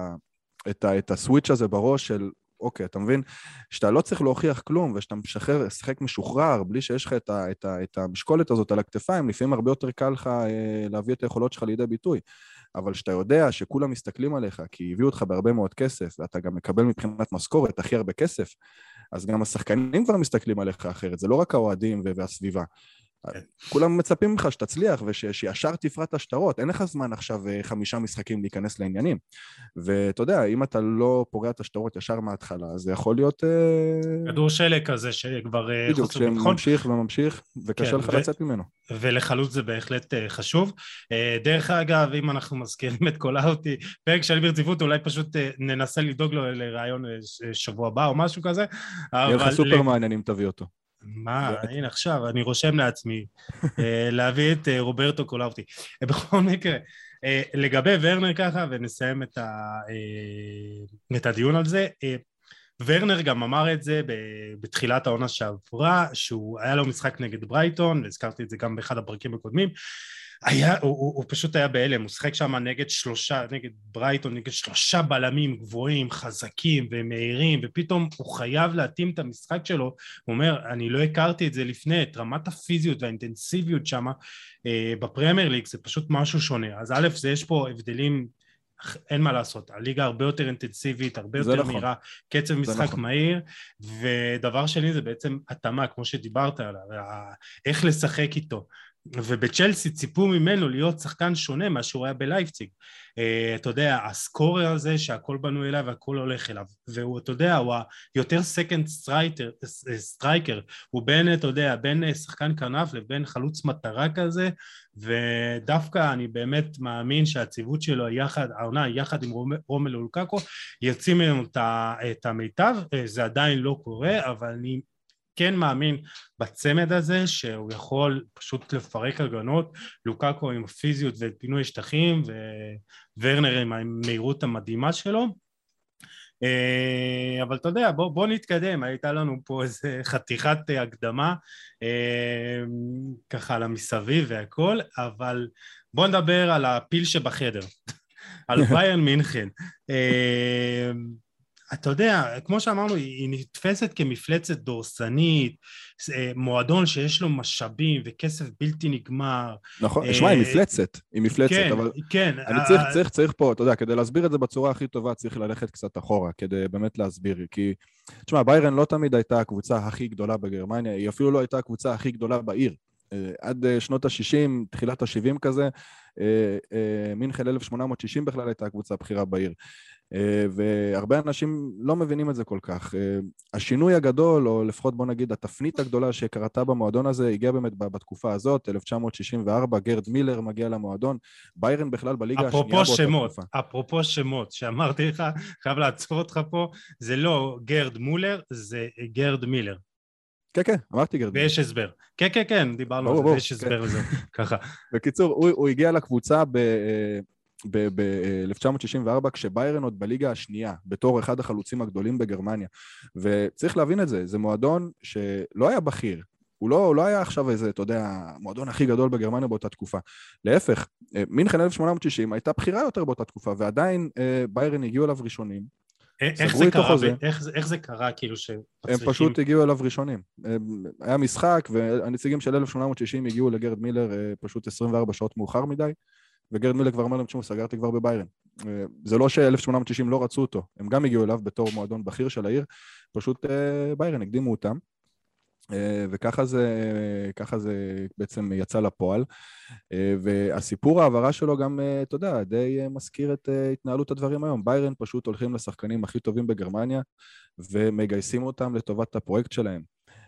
את הסוויץ' הזה בראש של, אוקיי, אתה מבין? שאתה לא צריך להוכיח כלום, ושאתה משחק משוחרר, בלי שיש לך את המשקולת הזאת על הכתפיים, לפעמים הרבה יותר קל לך להביא את היכולות שלך לידי ביטוי, אבל שאתה יודע שכולם מסתכלים עליך, כי הביאו אותך בהרבה מאוד כסף, ואתה גם מקבל מבחינת משכורת הכי הרבה כסף, אז גם השחקנים כבר מסתכלים עליך אחרת, זה לא רק האוהדים והסביבה. כולם מצפים ממך שתצליח ושישר תפרט השטרות, אין לך זמן עכשיו 5 משחקים להיכנס לעניינים, ואתה יודע, אם אתה לא פורע את השטרות ישר מההתחלה, אז זה יכול להיות כדור שלג כזה שכבר בדיוק, שממשיך וממשיך וקשה לך לצאת ממנו. ולחלוץ זה בהחלט חשוב. דרך אגב, אם אנחנו מזכירים את קולאוטי, פרק שלי ברציפות, אולי פשוט ננסה לדאוג לו לרעיון שבוע הבא או משהו כזה. יהיה לך סופר מעניין אם תביא אותו. מה, הנה עכשיו, אני רושם לעצמי להביא את רוברטו קולאוטי. בכל מקרה, לגבי ורנר ככה, ונסיים את הדיון על זה, ורנר גם אמר את זה בתחילת העונה שעברה, שהוא היה לו משחק נגד ברייטון, והזכרתי את זה גם באחד הפרקים הקודמים, הוא פשוט היה בהלם, הוא שחק שם נגד ברייטון, נגד 3 בלמים גבוהים, חזקים ומהירים, ופתאום הוא חייב להתאים את המשחק שלו, הוא אומר, אני לא הכרתי את זה לפני, את רמת הפיזיות והאינטנסיביות שם בפרמייר ליג, זה פשוט משהו שונה, אז א', יש פה הבדלים, אין מה לעשות, הליגה הרבה יותר אינטנסיבית, הרבה יותר מהירה, קצב משחק מהיר, ודבר שני זה בעצם התאמה, כמו שדיברת עליו, איך לשחק איתו, ובצ'לסי ציפו ממנו להיות שחקן שונה מה שהוא היה בלייפציג, אתה יודע, הסקורר הזה שהכל בנו אליו והכל הולך אליו, והוא, אתה יודע, הוא היותר סקנד סטרייקר, הוא בין, אתה יודע, בין שחקן כנף לבין חלוץ מטרה כזה, ודווקא אני באמת מאמין שהציוות שלו העונה יחד עם רומלו לוקאקו, יוצאים ממנו את המיטב, זה עדיין לא קורה, אבל אני כן מאמין בצמד הזה, שהוא יכול פשוט לפרק הגנות, לוקאקו עם הפיזיות ופינוי שטחים, וורנר עם המהירות המדהימה שלו. אבל אתה יודע, בוא נתקדם, הייתה לנו פה איזה חתיכת הקדמה, ככה על המסביב והכל, אבל בוא נדבר על הפיל שבחדר, על ביירן מינכן. אתה יודע, כמו שאמרנו, היא נתפסת כמפלצת דורסנית, מועדון שיש לו משאבים וכסף בלתי נגמר. נכון, שמע, היא מפלצת, כן, אבל כן. אני צריך פה, אתה יודע, כדי להסביר את זה בצורה הכי טובה, צריך ללכת קצת אחורה, כדי באמת להסביר, כי, תשמע, ביירן לא תמיד הייתה הקבוצה הכי גדולה בגרמניה, היא אפילו לא הייתה הקבוצה הכי גדולה בעיר. עד שנות ה-60, תחילת ה-70 כזה, מינכן 1860 בכלל הייתה הקבוצה הבכירה בעיר. והרבה אנשים לא מבינים את זה כל כך. השינוי הגדול, או לפחות בוא נגיד, התפנית הגדולה שקרתה במועדון הזה, הגיעה באמת בתקופה הזאת, 1964, גרד מילר מגיע למועדון, ביירן בכלל בליגה השנייה באותה תקופה. אפרופו שמות, שאמרתי לך, חייב לעצור אותך פה, זה לא גרד מולר, זה גרד מילר. כן, כן, אמרתי גרד מילר. ויש הסבר. כן, כן, כן, דיברנו על זה, ויש הסבר לזה, ככה. בקיצור, הוא הגיע לקבוצה ב-1964, כשביירן עוד בליגה השנייה, בתור אחד החלוצים הגדולים בגרמניה. וצריך להבין את זה, זה מועדון שלא היה בכיר, הוא לא היה עכשיו איזה, אתה יודע, המועדון הכי גדול בגרמניה באותה תקופה. להפך, מינכן 1860 הייתה בחירה יותר באותה תקופה, ועדיין ביירן הגיעו אליו ראשונים, איך זה קרה כאילו הם פשוט הגיעו אליו ראשונים. היה משחק, והנציגים של 1860 הגיעו לגרד מילר פשוט 24 שעות מאוחר מדי, וגרד מילר כבר אמר להם, תשמעו, סגרתי כבר בביירן. זה לא ש-1860 לא רצו אותו, הם גם הגיעו אליו בתור מועדון בכיר של העיר, פשוט ביירן הקדימו אותם, וככה זה בעצם יצא לפועל, והסיפור העברה שלו גם, אתה יודע, די מזכיר את התנהלות הדברים היום. ביירן פשוט הולכים לשחקנים הכי טובים בגרמניה, ומגייסים אותם לטובת הפרויקט שלהם.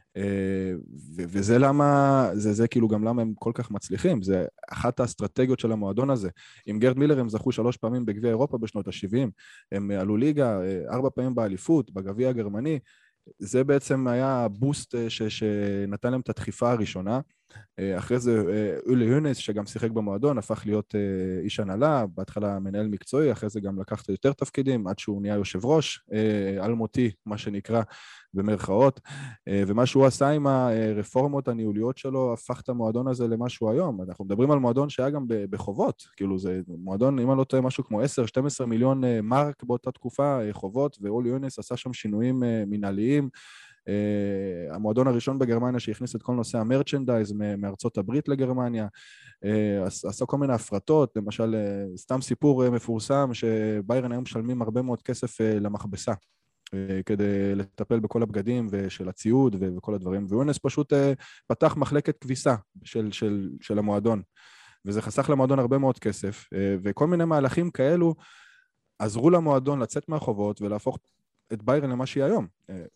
וזה למה, זה כאילו גם למה הם כל כך מצליחים, זה אחת האסטרטגיות של המועדון הזה. עם גרד מילר הם זכו 3 פעמים בגביע אירופה בשנות ה-70, הם עלו ליגה 4 פעמים באליפות, בגביע הגרמני, זה בעצם היה בוסט שנתן להם את הדחיפה הראשונה. אחרי זה אולי יונס, שגם שיחק במועדון, הפך להיות איש הנהלה, בהתחלה מנהל מקצועי, אחרי זה גם לקח יותר תפקידים, עד שהוא נהיה יושב ראש, אלמותי, מה שנקרא במרכאות, ומה שהוא עשה עם הרפורמות הניהוליות שלו, הפך את המועדון הזה למשהו היום. אנחנו מדברים על מועדון שהיה גם בחובות, כאילו זה מועדון, אם אני לא טועה, משהו כמו 10-12 מיליון מרק באותה תקופה, חובות, ואולי יונס עשה שם שינויים מנהליים, המועדון הראשון בגרמניה שהכניס את כל נושא המרצ'נדייז מארצות הברית לגרמניה, עשה כל מיני הפרטות, למשל, סתם סיפור מפורסם, שביירן היום משלמים הרבה מאוד כסף למכבסה, כדי לטפל בכל הבגדים ושל הציוד וכל הדברים, ויונס פשוט פתח מחלקת כביסה של המועדון, וזה חסך למועדון הרבה מאוד כסף, וכל מיני מהלכים כאלו עזרו למועדון לצאת מהחובות ולהפוך את ביירן למה שהיא היום.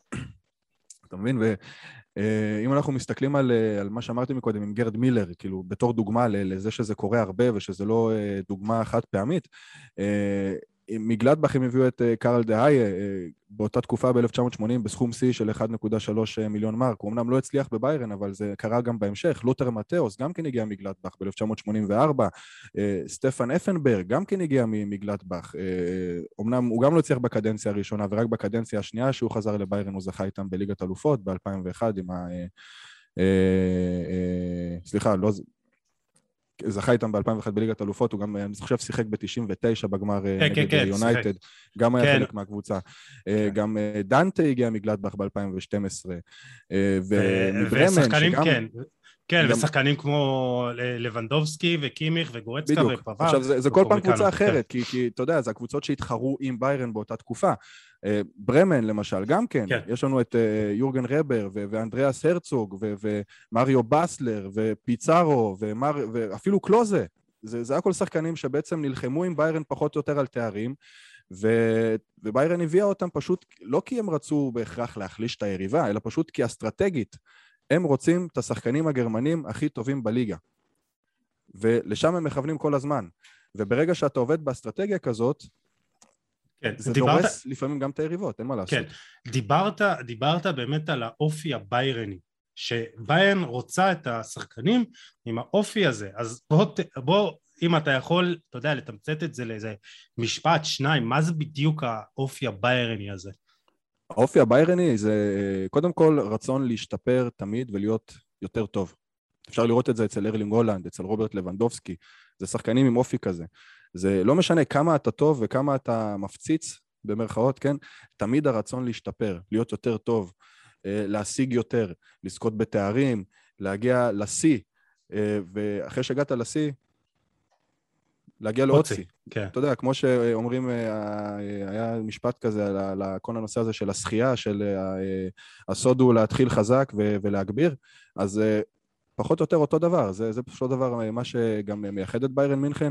אתה מבין? ואם אנחנו מסתכלים על מה שאמרתי מקודם עם גרד מילר, כאילו בתור דוגמה לזה שזה קורה הרבה ושזה לא דוגמה חד פעמית, מגלדבך הם הביאו את קרל דהאי באותה תקופה ב-1980 בסכום C של 1.3 מיליון מרק. הוא אמנם לא הצליח בביירן, אבל זה קרה גם בהמשך. לותר מתאוס גם כן הגיע מגלדבך ב-1984, סטפן אפנברג גם כן הגיע מגלדבך. אמנם הוא גם לא הצליח בקדנציה הראשונה, ורק בקדנציה השנייה שהוא חזר לביירן הוא זכה איתם בליגת אלופות ב-2001 עם סליחה, לא... זכה איתם ב-2001 בליגת אלופות, הוא גם, אני חושב, שיחק ב-99 בגמר נגד יונייטד, גם היה חלק מהקבוצה. גם דנטה הגיע מגלדבך ב-2012, ושחקנים, כן, ושחקנים כמו לבנדובסקי וקימיך וגורצקה ופבר. עכשיו, זה כל פעם קבוצה אחרת, כי אתה יודע, זה הקבוצות שהתחרו עם ביירן באותה תקופה. ברמן למשל, גם כן, יש לנו את יורגן רבר ואנדריאס הרצוג ומריו בסלר ופיצארו ואפילו קלוזה. זה הכל שחקנים שבעצם נלחמו עם ביירן פחות או יותר על תארים, וביירן הביאה אותם פשוט לא כי הם רצו בהכרח להחליש את היריבה, אלא פשוט כי אסטרטגית הם רוצים את השחקנים הגרמנים הכי טובים בליגה, ולשם הם מכוונים כל הזמן. וברגע שאתה עובד באסטרטגיה כזאת, כן, זה דורס לפעמים גם את היריבות, אין מה לעשות. כן, דיברת באמת על האופי הביירני, שביירן רוצה את השחקנים עם האופי הזה, אז בוא אם אתה יכול, אתה יודע, לתמצת את זה לאיזה משפט, שניים, מה זה בדיוק האופי הביירני הזה? האופי הביירני זה קודם כל רצון להשתפר תמיד ולהיות יותר טוב. אפשר לראות את זה אצל ארלינג הולנד, אצל רוברט לבנדובסקי, זה שחקנים עם אופי כזה. זה לא משנה כמה אתה טוב וכמה אתה מפציץ, במרכאות, כן? תמיד הרצון להשתפר, להיות יותר טוב, להשיג יותר, לזכות בתארים, להגיע לשיא, ואחרי שהגעת לשיא, להגיע לעוד שיא. כן. אתה יודע, כמו שאומרים, היה משפט כזה על כל הנושא הזה של השחייה, של הסוד הוא להתחיל חזק ולהגביר, אז פחות או יותר אותו דבר, זה פשוט דבר מה שגם מייחד את ביירן מינכן,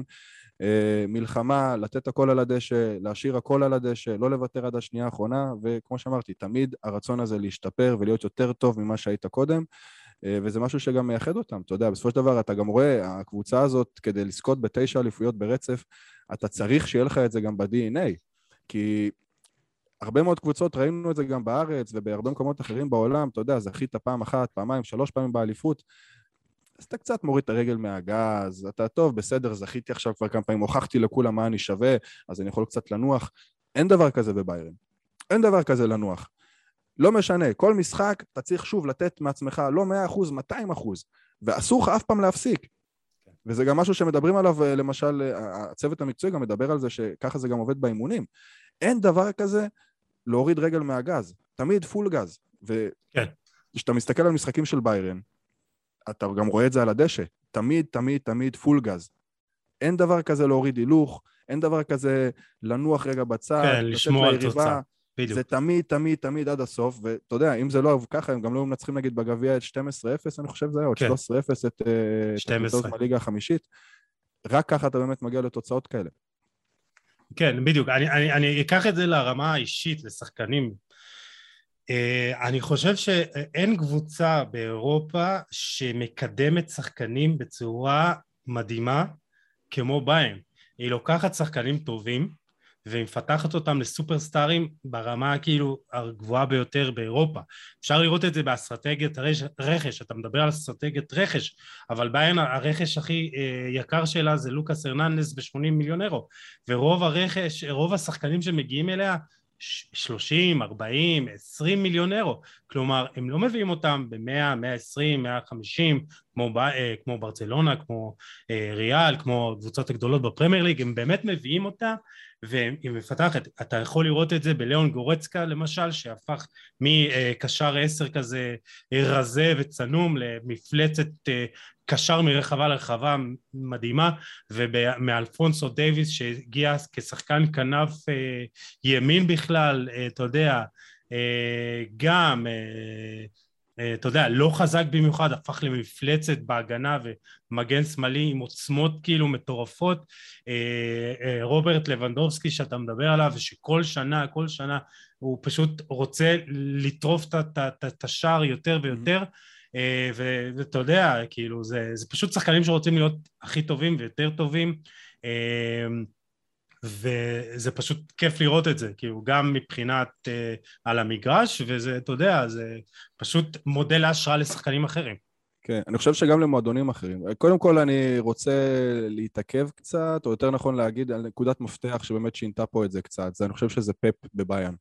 מלחמה, לתת הכל על הדשא, להשאיר הכל על הדשא, לא לוותר עד השנייה האחרונה, וכמו שאמרתי, תמיד הרצון הזה להשתפר ולהיות יותר טוב ממה שהיית קודם, וזה משהו שגם מייחד אותם, אתה יודע, בסופו של דבר אתה גם רואה, הקבוצה הזאת, כדי לזכות ב9 אליפויות ברצף, אתה צריך שיהיה לך את זה גם ב-DNA, כי הרבה מאוד קבוצות, ראינו את זה גם בארץ ובהרבה מקומות אחרים בעולם, אתה יודע, זכית פעם אחת, פעמיים, 3 פעמים באליפות, אז אתה קצת מוריד את הרגל מהגז, אתה טוב, בסדר, זכיתי עכשיו כבר כמה פעמים, הוכחתי לכולם מה אני שווה, אז אני יכול קצת לנוח. אין דבר כזה בביירן. אין דבר כזה לנוח. לא משנה, כל משחק אתה צריך שוב לתת מעצמך, לא 100%, 200%, ואסור לך אף פעם להפסיק. וזה גם משהו שמדברים עליו, למשל, הצוות המקצועי גם מדבר על זה, שככה זה גם עובד באימונים. אין דבר כזה להוריד רגל מהגז, תמיד פול גז. וכשאתה מסתכל על משחקים של ביירן, אתה גם רואה את זה על הדשא, תמיד, תמיד, תמיד פול גז. אין דבר כזה להוריד הילוך, אין דבר כזה לנוח רגע בצד, כן, לשמור על תוצאה. בדיוק. זה תמיד, תמיד, תמיד עד הסוף, ואתה יודע, אם זה לא ככה, הם גם לא מנצחים נגיד בגביע את 12-0, אני חושב זה היה, או 13-0 את הקבוצות בליגה החמישית, רק ככה אתה באמת מגיע לתוצאות כאלה. כן, בדיוק, אני אקח את זה לרמה האישית, לשחקנים. אני חושב שאין קבוצה באירופה שמקדמת שחקנים בצורה מדהימה כמו ביירן. היא לוקחת שחקנים טובים והיא מפתחת אותם לסופרסטארים ברמה כאילו הגבוהה ביותר באירופה. אפשר לראות את זה באסטרטגיית רכש, אתה מדבר על אסטרטגיית רכש, אבל ביירן הרכש הכי יקר שלה זה לוקאס הרננדז ב-80 מיליון אירו, ורוב הרכש, רוב השחקנים שמגיעים אליה 30, 40, 20 מיליון אירו, כלומר הם לא מביאים אותם ב-100, 120, 150 כמו ברצלונה, כמו ריאל, כמו קבוצות הגדולות בפרמייר ליג, הם באמת מביאים אותה והיא מפתחת. אתה יכול לראות את זה בליאון גורצקה למשל, שהפך מקשר 10 כזה רזה וצנום למפלצת קשר מרחבה לרחבה מדהימה, ומאלפונסו דייביס שהגיע כשחקן כנף ימין בכלל, אתה יודע, גם אתה יודע, לא חזק במיוחד, הפך למפלצת בהגנה ומגן שמאלי עם עוצמות כאילו מטורפות. רוברט לבנדובסקי שאתה מדבר עליו, ושכל שנה, כל שנה הוא פשוט רוצה לטרוף את השער יותר ויותר, ואתה יודע, כאילו זה פשוט שחקנים שרוצים להיות הכי טובים ויותר טובים, וזה פשוט כיף לראות את זה, כאילו גם מבחינת על המגרש, וזה, אתה יודע, זה פשוט מודל ההשראה לשחקנים אחרים. כן, אני חושב שגם למועדונים אחרים. קודם כל אני רוצה להתעכב קצת, או יותר נכון להגיד על נקודת מפתח שבאמת שינתה פה את זה קצת, זה אני חושב שזה פפ בביירן.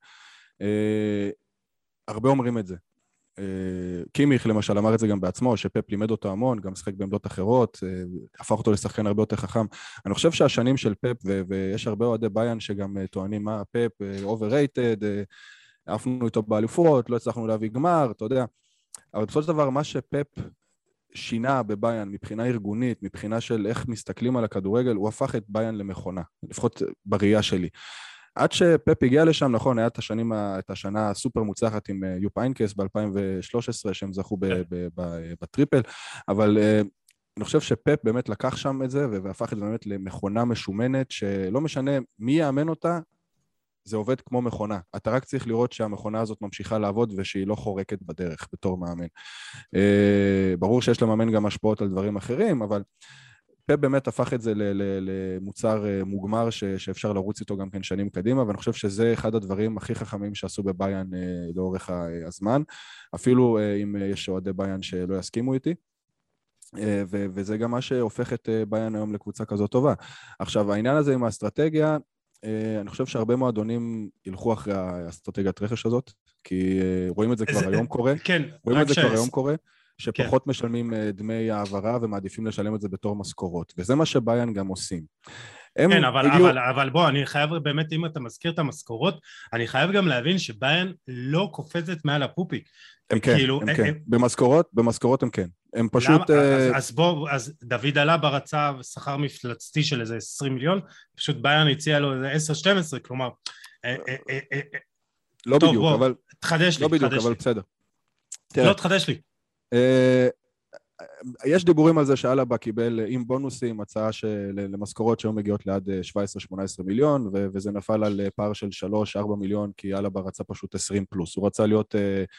הרבה אומרים את זה. קימיך למשל אמר את זה גם בעצמו, שפפ לימד אותו המון, גם שחק בעמדות אחרות, הפך אותו לשחקן הרבה יותר חכם. אני חושב שהשנים של פפ, ויש הרבה אוהדי ביירן שגם טוענים מה פפ, overrated, עפנו איתו באליפות, לא הצלחנו להביא גמר, אתה יודע. אבל בסופו של דבר, מה שפפ שינה בביירן מבחינה ארגונית, מבחינה של איך מסתכלים על הכדורגל, הוא הפך את ביירן למכונה, לפחות בראייה שלי. עד שפפ הגיע לשם, נכון, היה את השנה הסופר מוצלחת עם יופ איינקס ב-2013, שהם זכו בטריפל, אבל אני חושב שפפ באמת לקח שם את זה, והפך את זה באמת למכונה משומנת, שלא משנה מי יאמן אותה, זה עובד כמו מכונה. אתה רק צריך לראות שהמכונה הזאת ממשיכה לעבוד, ושהיא לא חורקת בדרך בתור מאמן. ברור שיש למאמן גם השפעות על דברים אחרים, אבל פפ באמת הפך את זה למוצר מוגמר שאפשר לרוץ איתו גם כן שנים קדימה, ואני חושב שזה אחד הדברים הכי חכמים שעשו בביירן לאורך הזמן, אפילו אם יש אוהדי ביירן שלא יסכימו איתי, וזה גם מה שהופך את ביירן היום לקבוצה כזאת טובה. עכשיו, העניין הזה עם האסטרטגיה, אני חושב שהרבה מועדונים ילכו אחרי האסטרטגיית רכש הזאת, כי רואים את זה כבר היום קורה. כן, רואים את זה כבר היום קורה. שפחות משלמים דמי העברה ומעדיפים לשלם את זה בתור משכורות, וזה מה שביירן גם עושים. כן, אבל בוא, אני חייב באמת, אם אתה מזכיר את המשכורות, אני חייב גם להבין שביירן לא קופצת מעל הפופיק. הם כן, הם כן. במשכורות הם כן. הם פשוט... אז בוא, אז דוד אלבה רצה שכר מפלצתי של איזה 20 מיליון, פשוט ביירן הציע לו איזה 10-12, כלומר... לא בדיוק, אבל... תחדש לי, לא בדיוק, אבל בסדר. לא, תחדש לי. יש דיבורים על זה שאלבה קיבל עם בונוסים הצעה למשכורות שהיום מגיעות ליד 17-18 מיליון, וזה נפל על פער של 3-4 מיליון, כי אלבה רצה פשוט 20 פלוס. הוא רצה להיות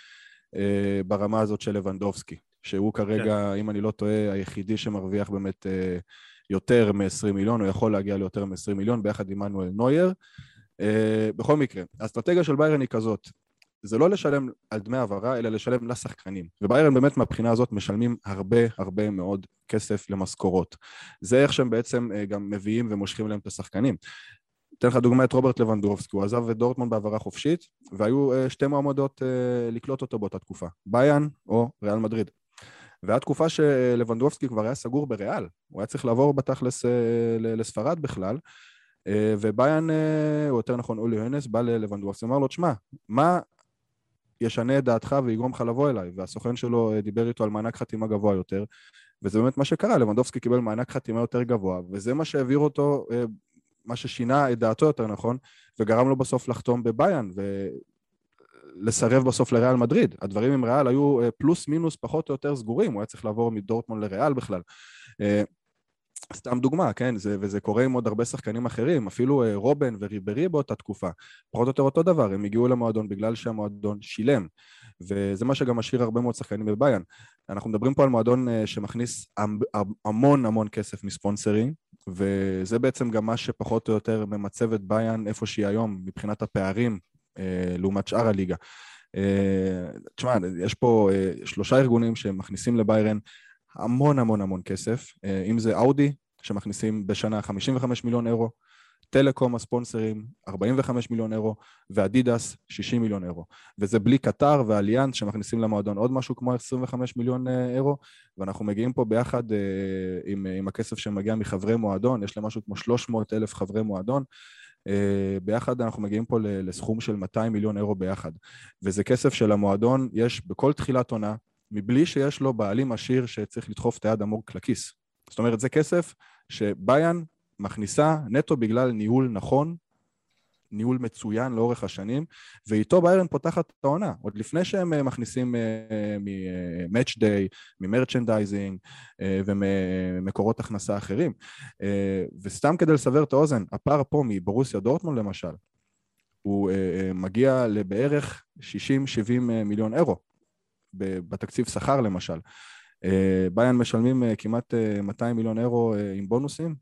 ברמה הזאת של לבנדובסקי, שהוא כרגע, אם אני לא טועה, היחידי שמרוויח באמת יותר מ-20 מיליון, הוא יכול להגיע ליותר מ-20 מיליון, ביחד עם מנואל נוייר. בכל מקרה, האסטרטגיה של ביירן היא כזאת, זה לא לשלם על דמי העברה, אלא לשלם לשחקנים. וביירן באמת מהבחינה הזאת משלמים הרבה מאוד כסף למשכורות. זה איך שהם בעצם גם מביאים ומושכים להם את השחקנים. אתן לך דוגמא את רוברט לבנדובסקי, הוא עזב את דורטמונד בעברה חופשית, והיו שתי מועמדות לקלוט אותו באותה תקופה, ביירן או ריאל מדריד. והתקופה שלבנדובסקי כבר היה סגור בריאל, הוא היה צריך לעבור בתכלס לספרד בכלל, וביירן, או יותר נכון אולי הונס, בא ללבנדובסקי, אמר לו, תשמע, מה ישנה את דעתך ויגרום לך לבוא אליי, והסוכן שלו דיבר איתו על מענק חתימה גבוה יותר, וזה באמת מה שקרה, לבנדובסקי קיבל מענק חתימה יותר גבוה, וזה מה שהעביר אותו, מה ששינה את דעתו יותר נכון, וגרם לו בסוף לחתום בביירן, ולסרב בסוף לריאל מדריד. הדברים עם ריאל היו פלוס מינוס פחות או יותר סגורים, הוא היה צריך לעבור מדורטמונד לריאל בכלל. סתם דוגמה, כן, וזה קורה עם עוד הרבה שחקנים אחרים, אפילו רובן וריברי באותה תקופה, פחות או יותר אותו דבר, הם הגיעו למועדון בגלל שהמועדון שילם, וזה מה שגם משאיר הרבה מאוד שחקנים בביירן. אנחנו מדברים פה על מועדון שמכניס המון כסף מספונסרים, וזה בעצם גם מה שפחות או יותר ממצב את ביירן איפה שהיא היום, מבחינת הפערים לעומת שאר הליגה. תשמע, יש פה 3 ארגונים שמכניסים לביירן המון כסף, אם זה אאודי, שמכניסים בשנה 55 מיליון אירו, טלקום הספונסרים 45 מיליון אירו, ואדידס 60 מיליון אירו, וזה בלי קטר ואליאנס שמכניסים למועדון עוד משהו כמו 25 מיליון אירו, ואנחנו מגיעים פה ביחד עם הכסף שמגיע מחברי מועדון, יש להם משהו כמו 300,000 חברי מועדון, ביחד אנחנו מגיעים פה לסכום של 200 מיליון אירו ביחד, וזה כסף של המועדון, יש בכל תחילת עונה, מבלי שיש לו בעלים עשיר שצריך לדחוף את היד עמוק לכיס. זאת אומרת, זה כסף שביירן מכניסה נטו בגלל ניהול נכון, ניהול מצוין לאורך השנים, ואיתו ביירן פותחת את העונה, עוד לפני שהם מכניסים מ-match day, ממרצ'נדייזינג ומקורות הכנסה אחרים. וסתם כדי לסבר את האוזן, הפער פה מבורוסיה דורטמונד למשל, הוא מגיע לבערך 60-70 מיליון אירו, בתקציב שכר למשל. ביירן משלמים כמעט 200 מיליון אירו עם בונוסים,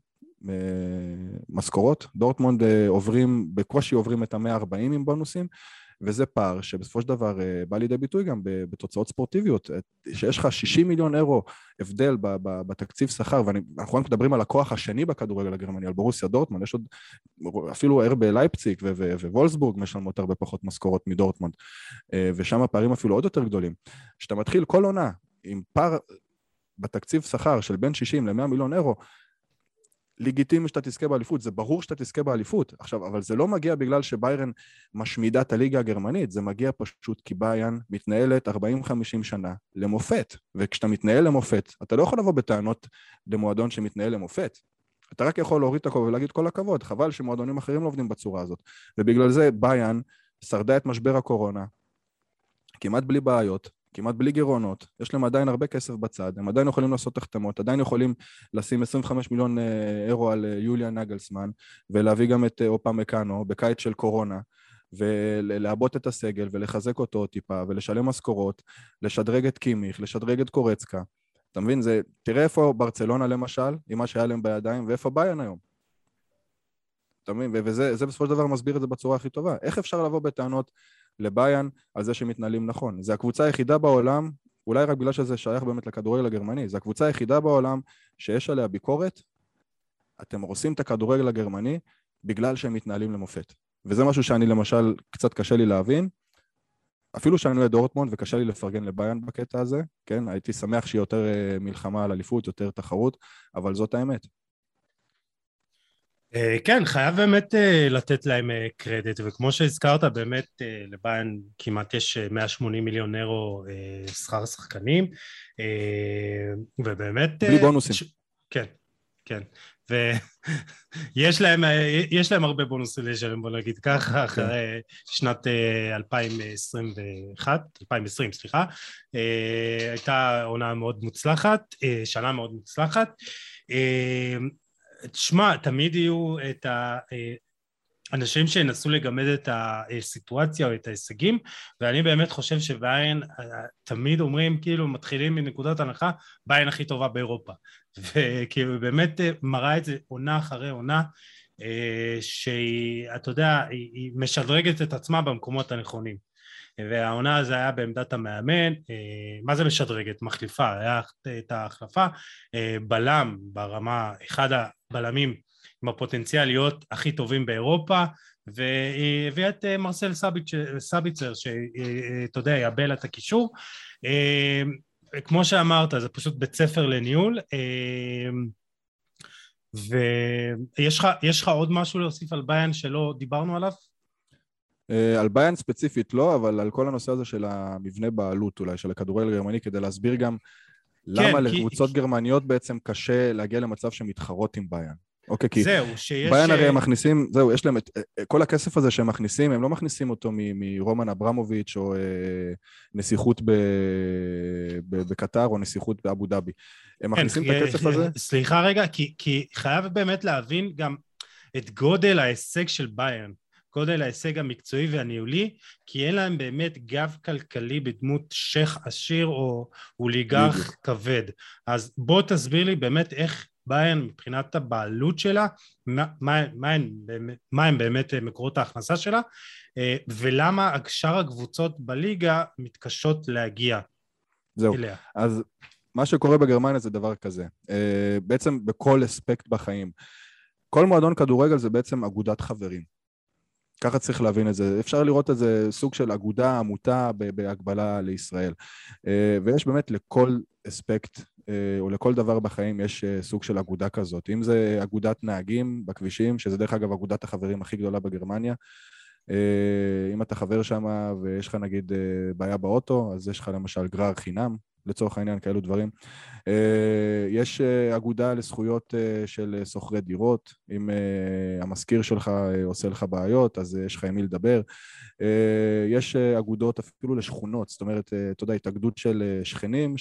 משכורות, דורטמונד בקושי עוברים את ה-140 עם בונוסים, וזה פער שבסופו של דבר בא לידי ביטוי גם בתוצאות ספורטיביות, שיש לך 60 מיליון אירו הבדל בתקציב שכר, ואנחנו רק מדברים על הכוח השני בכדורגל הגרמני, על בורוסיה דורטמונד, יש עוד אפילו RB לייפציג ווולסבורג משלמות הרבה פחות משכורות מדורטמונד, ושם הפערים אפילו עוד יותר גדולים. כשאתה מתחיל כל עונה עם פער בתקציב שכר של בין 60 ל-100 מיליון אירו, לגיטימי שאתה תזכה באליפות, זה ברור שאתה תזכה באליפות, עכשיו, אבל זה לא מגיע בגלל שביירן משמידה את הליגה הגרמנית, זה מגיע פשוט כי ביירן מתנהלת 40-50 שנה למופת, וכשאתה מתנהל למופת, אתה לא יכול לבוא בטענות למועדון שמתנהל למופת, אתה רק יכול להוריד את הכובע ולהגיד כל הכבוד, חבל שמועדונים אחרים לא עובדים בצורה הזאת, ובגלל זה ביירן שרדה את משבר הקורונה, כמעט בלי בעיות, כמעט בלי גירעונות, יש להם עדיין הרבה כסף בצד, הם עדיין יכולים לעשות החתמות, עדיין יכולים לשים 25 מיליון אירו על יוליאן נגלסמן, ולהביא גם את אופה מקאנו בקיץ של קורונה, ולעבוד את הסגל ולחזק אותו טיפה, ולשלם משכורות, לשדרג את קימיך, לשדרג את קורצקה, אתה מבין? תראה איפה ברצלונה למשל, עם מה שהיה להם בידיים, ואיפה ביין היום. אתה מבין? וזה בסופו של דבר מסביר את זה בצורה הכי טובה. איך אפשר לבוא בטענות לביין על זה שמתנהלים נכון? זה הקבוצה היחידה בעולם, אולי רק בגלל שזה שייך באמת לכדורגל הגרמני, זה הקבוצה היחידה בעולם שיש עליה ביקורת, אתם הורסים את הכדורגל הגרמני בגלל שהם מתנהלים למופת. וזה משהו שאני למשל קצת קשה לי להבין, אפילו שאני לא דורטמונד וקשה לי לפרגן לביין בקטע הזה, כן? הייתי שמח שיהיה יותר מלחמה על אליפות, יותר תחרות, אבל זאת האמת. כן, חייב באמת לתת להם קרדיט, וכמו שהזכרת, באמת לביין כמעט יש 180 מיליון אירו שכר שחקנים, ובאמת... בלי בונוסים. כן, כן. יש להם הרבה בונוסים לשלם, בוא נגיד ככה, אחרי שנת 2020, סליחה, הייתה עונה מאוד מוצלחת, שנה מאוד מוצלחת. תשמע, תמיד יהיו את האנשים שינסו לגמד את הסיטואציה או את ההישגים, ואני באמת חושב שביין, תמיד אומרים, כאילו, מתחילים מנקודת הנחה, ביין הכי טובה באירופה. וכאילו, באמת מראה את זה עונה אחרי עונה, שהיא, אתה יודע, היא משדרגת את עצמה במקומות הנכונים. והעונה הזו היה בעמדת המאמן, מה זה משדרגת? מחליפה, היה את ההחלפה, בלם ברמה, אחד הבלמים עם הפוטנציאל להיות הכי טובים באירופה, והביא את מרסל סביצר, שאתה יודע, יאבל את הקישור, כמו שאמרת, זה פשוט בית ספר לניהול, ויש לך עוד משהו להוסיף על ביין שלא דיברנו עליו? על ביין ספציפית לא, אבל על כל הנושא הזה של המבנה בעלות אולי, של הכדורגל הגרמני, כדי להסביר גם למה לקבוצות גרמניות בעצם קשה להגיע למצב שמתחרות עם ביין. אוקיי, כי ביין הרי הם מכניסים, זהו, יש להם את כל הכסף הזה שהם מכניסים, הם לא מכניסים אותו מרומן אברמוביץ' או נסיכות בקטר או נסיכות באבו דאבי. הם מכניסים את הכסף הזה. סליחה רגע, כי חייב באמת להבין גם את גודל ההישג של ביין. גודל ההישג המקצועי והניהולי, כי אין להם באמת גב כלכלי בדמות שייך עשיר או אוליגרך כבד. אז בוא תסביר לי באמת איך ביין מבחינת הבעלות שלה, מה הם באמת מקורות ההכנסה שלה, ולמה שאר הקבוצות בליגה מתקשות להגיע זהו. אליה. אז מה שקורה בגרמניה זה דבר כזה, בעצם בכל אספקט בחיים. כל מועדון כדורגל זה בעצם אגודת חברים. ככה צריך להבין את זה. אפשר לראות את זה סוג של אגודה, עמותה בהגבלה לישראל. ויש באמת לכל אספקט, או לכל דבר בחיים, יש סוג של אגודה כזאת. אם זה אגודת נהגים בכבישים, שזה דרך אגב אגודת החברים הכי גדולה בגרמניה, אם אתה חבר שם ויש לך נגיד בעיה באוטו, אז יש לך למשל גרר חינם, לצורך העניין, כאלו דברים. יש אגודה לזכויות של סוחרי דירות, אם המזכיר שלך עושה לך בעיות, אז יש לך עם מי לדבר. יש אגודות אפילו לשכונות, זאת אומרת, אתה יודע, התאגדות של שכנים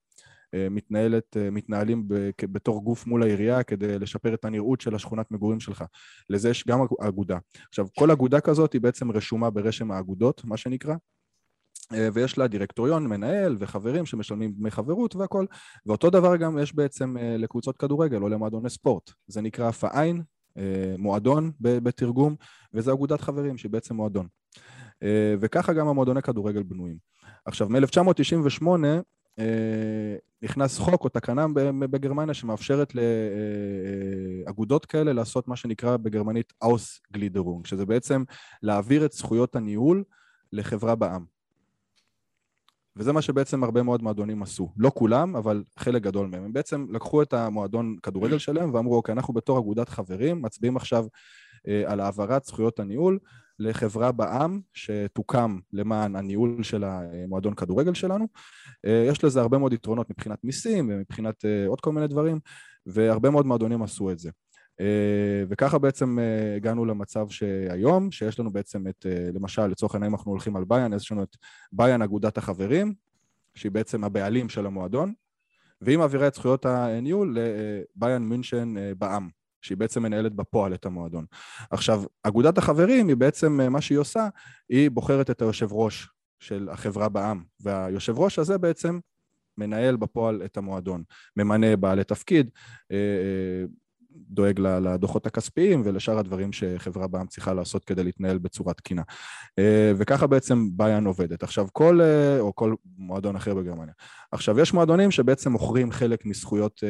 מתנהלים בתור גוף מול העירייה כדי לשפר את הנראות של השכונת מגורים שלך. לזה יש גם אגודה. עכשיו, כל אגודה כזאת היא בעצם רשומה ברשם האגודות, מה שנקרא, ויש לה דירקטוריון, מנהל וחברים שמשלמים דמי חברות והכל, ואותו דבר גם יש בעצם לקבוצות כדורגל או למועדוני ספורט. זה נקרא פאיין, מועדון בתרגום, וזה אגודת חברים שהיא בעצם מועדון. וככה גם המועדוני כדורגל בנויים. עכשיו, מ-1998 נכנס חוק או תקנה בגרמניה שמאפשרת לאגודות כאלה לעשות מה שנקרא בגרמנית Ausgliederung, שזה בעצם להעביר את זכויות הניהול לחברה בעם. וזה מה שבעצם הרבה מאוד מועדונים עשו. לא כולם, אבל חלק גדול מהם. הם בעצם לקחו את המועדון כדורגל שלהם ואמרו, אוקיי, אנחנו בתור אגודת חברים מצביעים עכשיו על העברת זכויות הניהול לחברה בעם שתוקם למען הניהול של המועדון כדורגל שלנו. יש לזה הרבה מאוד יתרונות מבחינת מיסים ומבחינת עוד כל מיני דברים, והרבה מאוד מועדונים עשו את זה. וככה בעצם הגענו למצב שהיום, שיש לנו בעצם את, למשל, לצורך העניין אנחנו הולכים על ביין, אז יש לנו את ביין אגודת החברים, שהיא בעצם הבעלים של המועדון, והיא מעבירה את זכויות הניהול לביין מינשן בעם, שהיא בעצם מנהלת בפועל את המועדון. עכשיו, אגודת החברים היא בעצם, מה שהיא עושה, היא בוחרת את היושב ראש של החברה בעם, והיושב ראש הזה בעצם מנהל בפועל את המועדון, ממנה בעלי תפקיד, דואג לדוחות הכספיים ולשאר הדברים שחברה בע"מ צריכה לעשות כדי להתנהל בצורה תקינה. וככה בעצם ביאן עובדת. עכשיו או כל מועדון אחר בגרמניה. עכשיו יש מועדונים שבעצם מוכרים חלק מזכויות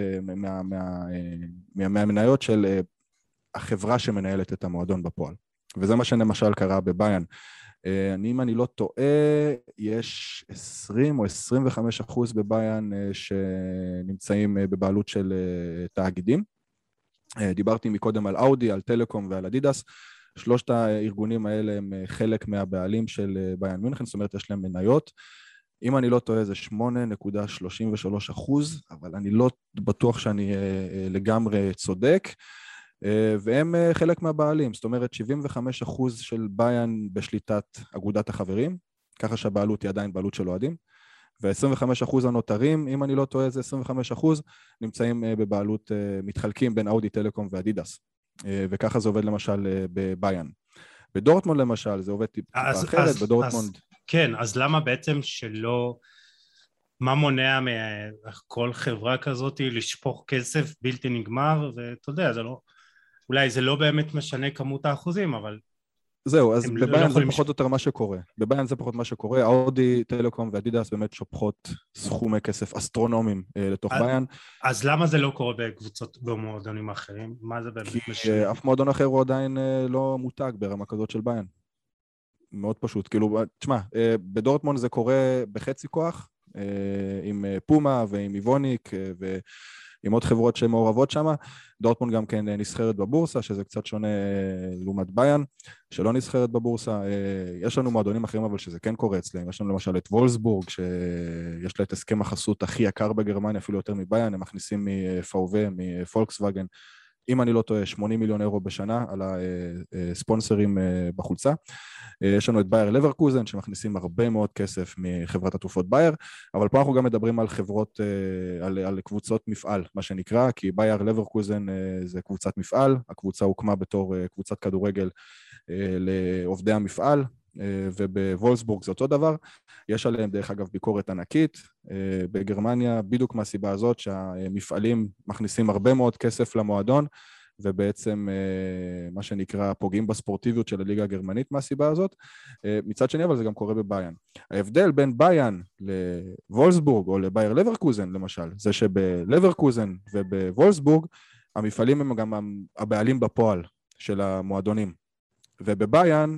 מהמניות של החברה שמנהלת את המועדון בפועל. וזה מה שלמשל קרה בביאן. אם אני לא טועה, יש 20 או 25% בביאן שנמצאים בבעלות של תאגידים. דיברתי מקודם על אאודי, על טלקום ועל אדידס. שלושת הארגונים האלה הם חלק מהבעלים של ביאן מינכן, זאת אומרת יש להם מניות. אם אני לא טועה זה 8.33%, אבל אני לא בטוח שאני לגמרי צודק. והם חלק מהבעלים, זאת אומרת 75% של ביאן בשליטת אגודת החברים, ככה שהבעלות היא עדיין בעלות של אוהדים, ו-25% הנותרים, אם אני לא טועה זה 25%, נמצאים בבעלות, מתחלקים בין אאודי, טלקום ואדידס, וככה זה עובד למשל בביאן. בדורטמונד למשל זה עובד טיפה אחרת, בדורטמונד... כן, אז למה בעצם שלא... מה מונע מכל חברה כזאת לשפוך כסף בלתי נגמר, ואתה יודע, זה לא... אולי זה לא באמת משנה כמות האחוזים, אבל... זהו, אז בביאן זה פחות או יותר מה שקורה. בביאן זה פחות מה שקורה. אאודי, טלקום ואדידס באמת שופכות סכומי כסף אסטרונומיים לתוך ביאן. אז למה זה לא קורה בקבוצות במועדונים אחרים? מה זה באמת משנה? כי אף מועדון אחר הוא עדיין לא מותג ברמה כזאת של ביאן. מאוד פשוט. כאילו, תשמע, בדורטמונד זה קורה בחצי כוח, עם פומה ועם איבוניק ועם עוד חברות שהן מעורבות שם. דורטמונד גם כן נסחרת בבורסה, שזה קצת שונה לעומת ביאן, שלא נסחרת בבורסה. יש לנו מועדונים אחרים אבל שזה כן קורה אצלם. יש לנו למשל את וולסבורג, שיש לה את הסכם החסות הכי יקר בגרמניה, אפילו יותר מביאן, הם מכניסים מפאוו, מפולקסווגן, אם אני לא טועה, 80 מיליון אירו בשנה על הספונסרים בחולצה. יש לנו את בייר לברקוזן, שמכניסים הרבה מאוד כסף מחברת התרופות בייר, אבל פה אנחנו גם מדברים על חברות, על קבוצות מפעל, מה שנקרא, כי בייר לברקוזן זה קבוצת מפעל, הקבוצה הוקמה בתור קבוצת כדורגל לעובדי המפעל, ובוולסבורג זה אותו דבר. יש עליהם דרך אגב ביקורת ענקית בגרמניה, בדיוק מהסיבה הזאת שהמפעלים מכניסים הרבה מאוד כסף למועדון, ובעצם מה שנקרא פוגעים בספורטיביות של הליגה הגרמנית מהסיבה הזאת. מצד שני אבל זה גם קורה בביאן. ההבדל בין ביאן לוולסבורג או לבייר לברקוזן למשל, זה שבלברקוזן ובוולסבורג המפעלים הם גם הבעלים בפועל של המועדונים, ובביאן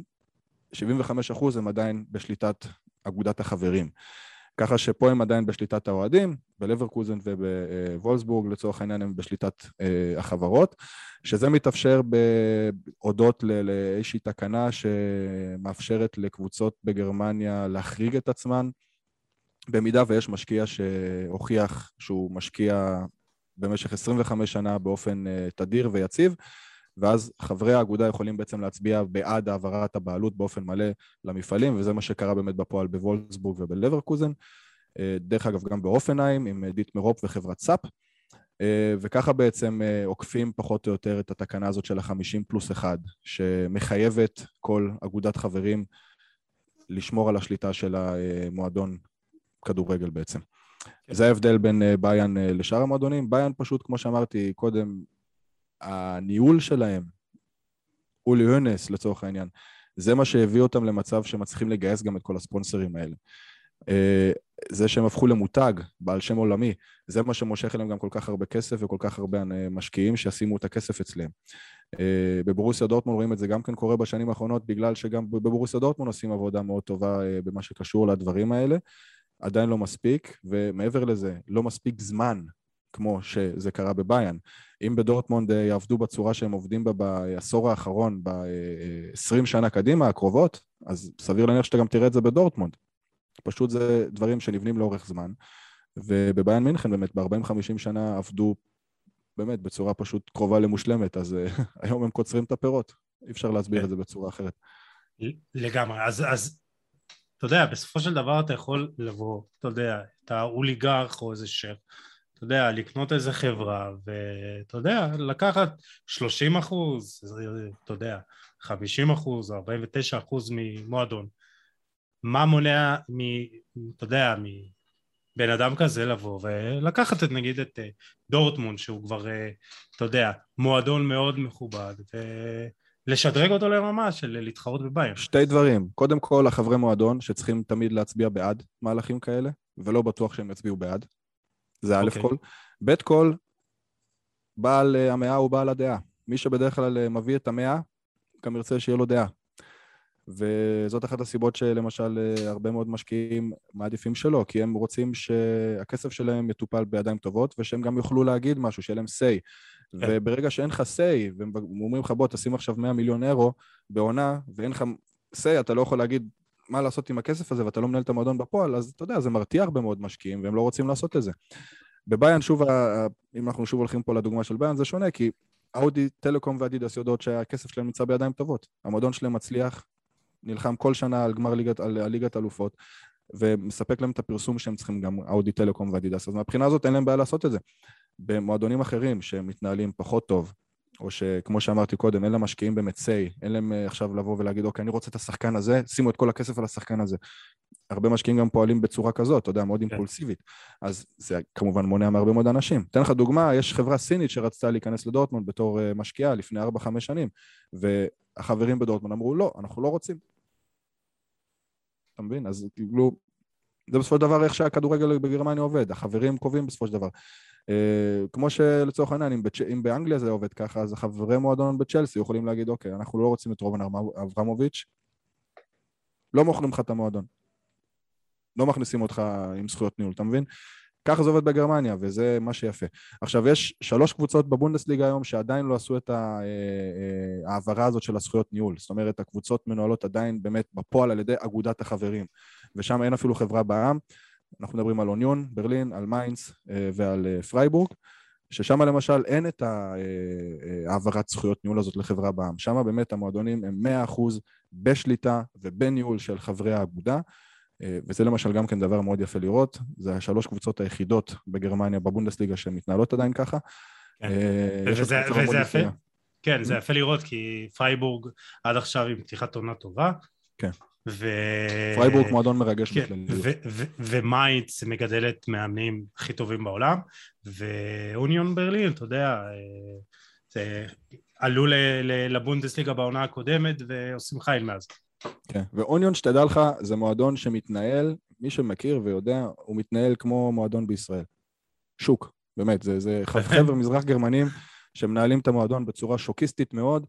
75% הם עדיין בשליטת אגודת החברים. ככה שפה הם עדיין בשליטת האוהדים, בלברקוזן ובוולסבורג לצורך העניין הם בשליטת החברות, שזה מתאפשר בהודות לאיזושהי תקנה שמאפשרת לקבוצות בגרמניה להחריג את עצמן, במידה ויש משקיע שהוכיח שהוא משקיע במשך 25 שנה באופן תדיר ויציב, ואז חברי האגודה יכולים בעצם להצביע בעד העברת הבעלות באופן מלא למפעלים, וזה מה שקרה באמת בפועל בוולסבורג ובלברקוזן, דרך אגב גם באופנהיים עם דיטמר-אופ וחברת סאפ, וככה בעצם עוקפים פחות או יותר את התקנה הזאת של ה50+1, שמחייבת כל אגודת חברים לשמור על השליטה של המועדון כדורגל בעצם. זה ההבדל בין ביאן לשאר המועדונים. ביאן פשוט, כמו שאמרתי קודם, הניהול שלהם, אולי הונס לצורך העניין, זה מה שהביא אותם למצב שמצליחים לגייס גם את כל הספונסרים האלה. זה שהם הפכו למותג, בעל שם עולמי, זה מה שמושך אליהם גם כל כך הרבה כסף וכל כך הרבה משקיעים שישימו את הכסף אצלם. בבורוסיה דורטמונד רואים את זה גם כן קורה בשנים האחרונות, בגלל שגם בבורוסיה דורטמונד עושים עבודה מאוד טובה במה שקשור לדברים האלה, עדיין לא מספיק, ומעבר לזה, לא מספיק זמן, כמו שזה קרה בביאן. אם בדורטמונד יעבדו בצורה שהם עובדים בה בעשור האחרון, ב-20 שנה קדימה, הקרובות, אז סביר להניח שאתה גם תראה את זה בדורטמונד. פשוט זה דברים שנבנים לאורך זמן, ובביאן מינכן באמת ב-40-50 שנה עבדו באמת בצורה פשוט קרובה למושלמת, אז היום הם קוצרים את הפירות. אי אפשר להסביר את זה בצורה אחרת. לגמרי, אז אתה יודע, בסופו של דבר אתה יכול לבוא, אתה יודע, אתה אוליגרך או איזה שף, אתה יודע, לקנות איזה חברה, ואתה יודע, לקחת 30%, אתה יודע, 50%, 49% ממועדון. מה מונע אתה יודע, בן אדם כזה לבוא ולקחת את נגיד את דורטמונד שהוא כבר אתה יודע מועדון מאוד מכובד ולשדרג אותו לרמה של להתחרות בביירן. שתי דברים, קודם כל החברי מועדון שצריכים תמיד להצביע בעד מהלכים כאלה, ולא בטוח שהם יצביעו בעד, זה א' אוקיי. כל. ב' כל, בעל המאה הוא בעל הדעה, מי שבדרך כלל מביא את המאה, גם ירצה שיהיה לו דעה. וזאת אחת הסיבות שלמשל הרבה מאוד משקיעים מעדיפים שלא, כי הם רוצים שהכסף שלהם יטופל בידיים טובות, ושהם גם יוכלו להגיד משהו, שיהיה להם say. כן. וברגע שאין לך say, והם אומרים לך בוא תשים עכשיו 100 מיליון אירו בעונה, ואין לך say, אתה לא יכול להגיד מה לעשות עם הכסף הזה, ואתה לא מנהל את המועדון בפועל, אז אתה יודע, זה מרתיע הרבה מאוד משקיעים, והם לא רוצים לעשות את זה. בביירן שוב, אם אנחנו שוב הולכים פה לדוגמה של ביירן, זה שונה, כי אאודי, טלקום ואדידס יודעות שהכסף שלהם נמצא בידיים טובות. המועדון שלהם מצליח, נלחם כל שנה על גמר ליגת אלופות, ומספק להם את הפרסום שהם צריכים גם אאודי, טלקום ואדידס. אז מהבחינה הזאת אין להם בעיה לעשות את זה. במועדונים אחרים שמתנהלים פחות טוב, או שכמו שאמרתי קודם, אין להם משקיעים במצאי, אין להם עכשיו לבוא ולהגיד, אוקיי, אני רוצה את השחקן הזה, שימו את כל הכסף על השחקן הזה. הרבה משקיעים גם פועלים בצורה כזאת, אתה יודע, מאוד אימפולסיבית. אז זה כמובן מונע מהרבה מאוד אנשים. אתן לך דוגמה, יש חברה סינית שרצתה להיכנס לדורטמונד בתור משקיעה לפני 4-5 שנים, והחברים בדורטמונד אמרו, לא, אנחנו לא רוצים. אתה מבין? אז כאילו, זה בסופו של דבר איך שהכדורגל בגרמניה עובד, החברים קובעים בסופו של דבר. כמו שלצורך העניין, אם באנגליה זה עובד ככה, אז החברי מועדון בצ'לסי יכולים להגיד, אוקיי, אנחנו לא רוצים את רובן אברמוביץ', לא מוכרים לך את המועדון. לא מכניסים אותך עם זכויות ניהול, אתה מבין? ככה זה עובד בגרמניה, וזה מה שיפה. עכשיו, יש 3 קבוצות בבונדסליגה היום שעדיין לא עשו את העברה הזאת של הזכויות ניהול. זאת אומרת, הקבוצות מנוהלות עדיין באמת בפועל על ידי אגודת החברים, ושם אין אפילו חברה בעם. אנחנו מדברים על אוניון, ברלין, על מיינס ועל פרייבורג, ששם למשל אין את העברת זכויות ניהול הזאת לחברה בעם. שם באמת המועדונים הם 100% בשליטה ובניהול של חברי האגודה, וזה למשל גם כן דבר מאוד יפה לראות, זה 3 קבוצות היחידות בגרמניה בבונדסליגה שמתנהלות עדיין ככה. וזה יפה, כן, זה יפה לראות, כי פרייבורג עד עכשיו עם פתיחת עונה טובה. כן. פרייבורג מועדון מרגש בכלליות. ומייץ מגדלת מאמנים הכי טובים בעולם, ואוניון ברלין, אתה יודע, עלו לבונדסליגה בעונה הקודמת ועושים חייל מאז. כן, ואוניון שתדע לך, זה מועדון שמתנהל, מי שמכיר ויודע, הוא מתנהל כמו מועדון בישראל. שוק, באמת, זה חבר'ה מזרח גרמנים שמנהלים את המועדון בצורה שוקיסטית מאוד,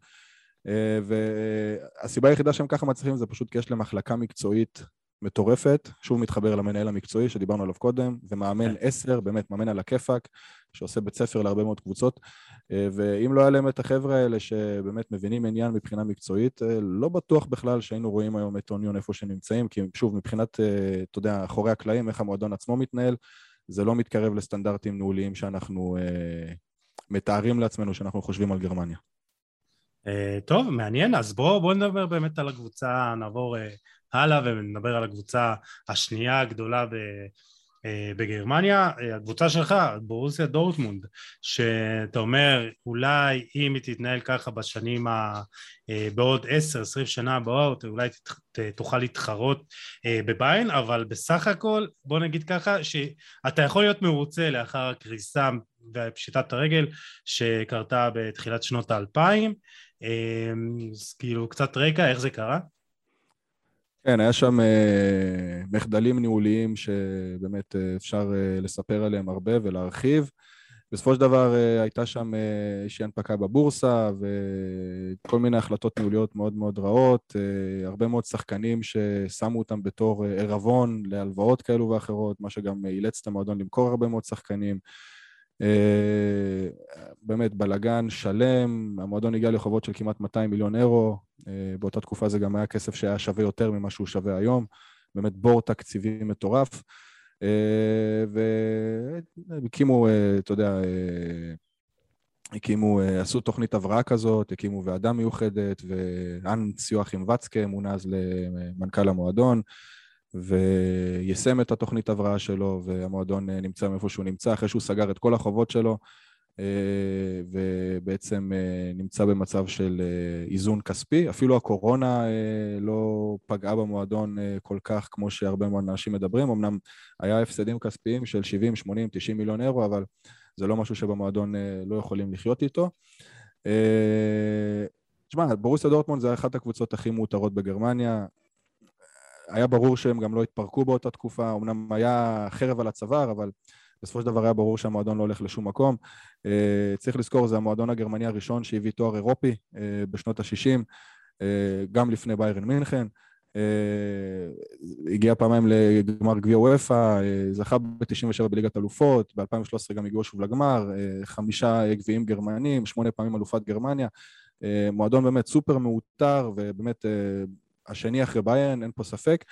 והסיבה היחידה שהם ככה מצליחים זה פשוט כי יש להם מחלקה מקצועית מטורפת, שוב מתחבר למנהל המקצועי שדיברנו עליו קודם, ומאמן 10, באמת מאמן על הכיפק, שעושה בית ספר להרבה מאוד קבוצות, ואם לא היה להם את החבר'ה האלה שבאמת מבינים עניין מבחינה מקצועית, לא בטוח בכלל שהיינו רואים היום את אוניון איפה שנמצאים, כי שוב מבחינת, אתה יודע, אחורי הקלעים, איך המועדון עצמו מתנהל, זה לא מתקרב לסטנדרטים ניהוליים שאנחנו מתארים לעצמנו שאנחנו חושבים על גרמניה. טוב, מעניין, אז בואו נדבר באמת על הקבוצה, נעבור הלאה ונדבר על הקבוצה השנייה הגדולה בגרמניה, הקבוצה שלך, בורוסיה דורטמונד, שאתה אומר, אולי אם היא תתנהל ככה בשנים, בעוד 10-20 שנה הבאות, אולי תוכל להתחרות בביירן, אבל בסך הכל, בוא נגיד ככה, שאתה יכול להיות מרוצה לאחר הקריסה ופשיטת הרגל שקרתה בתחילת שנות ה-2000, כאילו קצת רקע, איך זה קרה? כן, היה שם מחדלים ניהוליים שבאמת אפשר לספר עליהם הרבה ולהרחיב. בסופו של דבר הייתה שם איזושהי הנפקה בבורסה וכל מיני החלטות ניהוליות מאוד מאוד רעות, הרבה מאוד שחקנים ששמו אותם בתור ערבון להלוואות כאלו ואחרות, מה שגם אילץ את המועדון למכור הרבה מאוד שחקנים. באמת בלגן שלם, המועדון הגיע לחובות של כמעט 200 מיליון אירו, באותה תקופה זה גם היה כסף שהיה שווה יותר ממה שהוא שווה היום, באמת בור תקציבי מטורף, והקימו, אתה יודע, עשו תוכנית הבראה כזאת, הקימו ועדה מיוחדת, ואנץ יואכים וצקה מונה אז למנכ"ל המועדון, ויישם את התוכנית הבראה שלו, והמועדון נמצא מאיפה שהוא נמצא, אחרי שהוא סגר את כל החובות שלו, ובעצם נמצא במצב של איזון כספי. אפילו הקורונה לא פגעה במועדון כל כך כמו שהרבה מאוד אנשים מדברים. אמנם היה הפסדים כספיים של 70, 80, 90 מיליון אירו, אבל זה לא משהו שבמועדון לא יכולים לחיות איתו. תשמע, בורוסיה דורטמונד זה אחת הקבוצות הכי מאותרות בגרמניה. היה ברור שהם גם לא התפרקו באותה תקופה, אמנם היה חרב על הצוואר, אבל בסופו של דבר היה ברור שהמועדון לא הולך לשום מקום. צריך לזכור, זה המועדון הגרמני הראשון שהביא תואר אירופי בשנות ה-60, גם לפני ביירן מינכן. הגיע פעמיים לגמר גביע וופא, זכה ב-97 בליגת אלופות, ב-2013 גם הגיעו שוב לגמר, 5 גביעים גרמנים, 8 פעמים אלופת גרמניה. מועדון באמת סופר מאותר, ובאמת השני אחרי ביירן, אין פה ספק.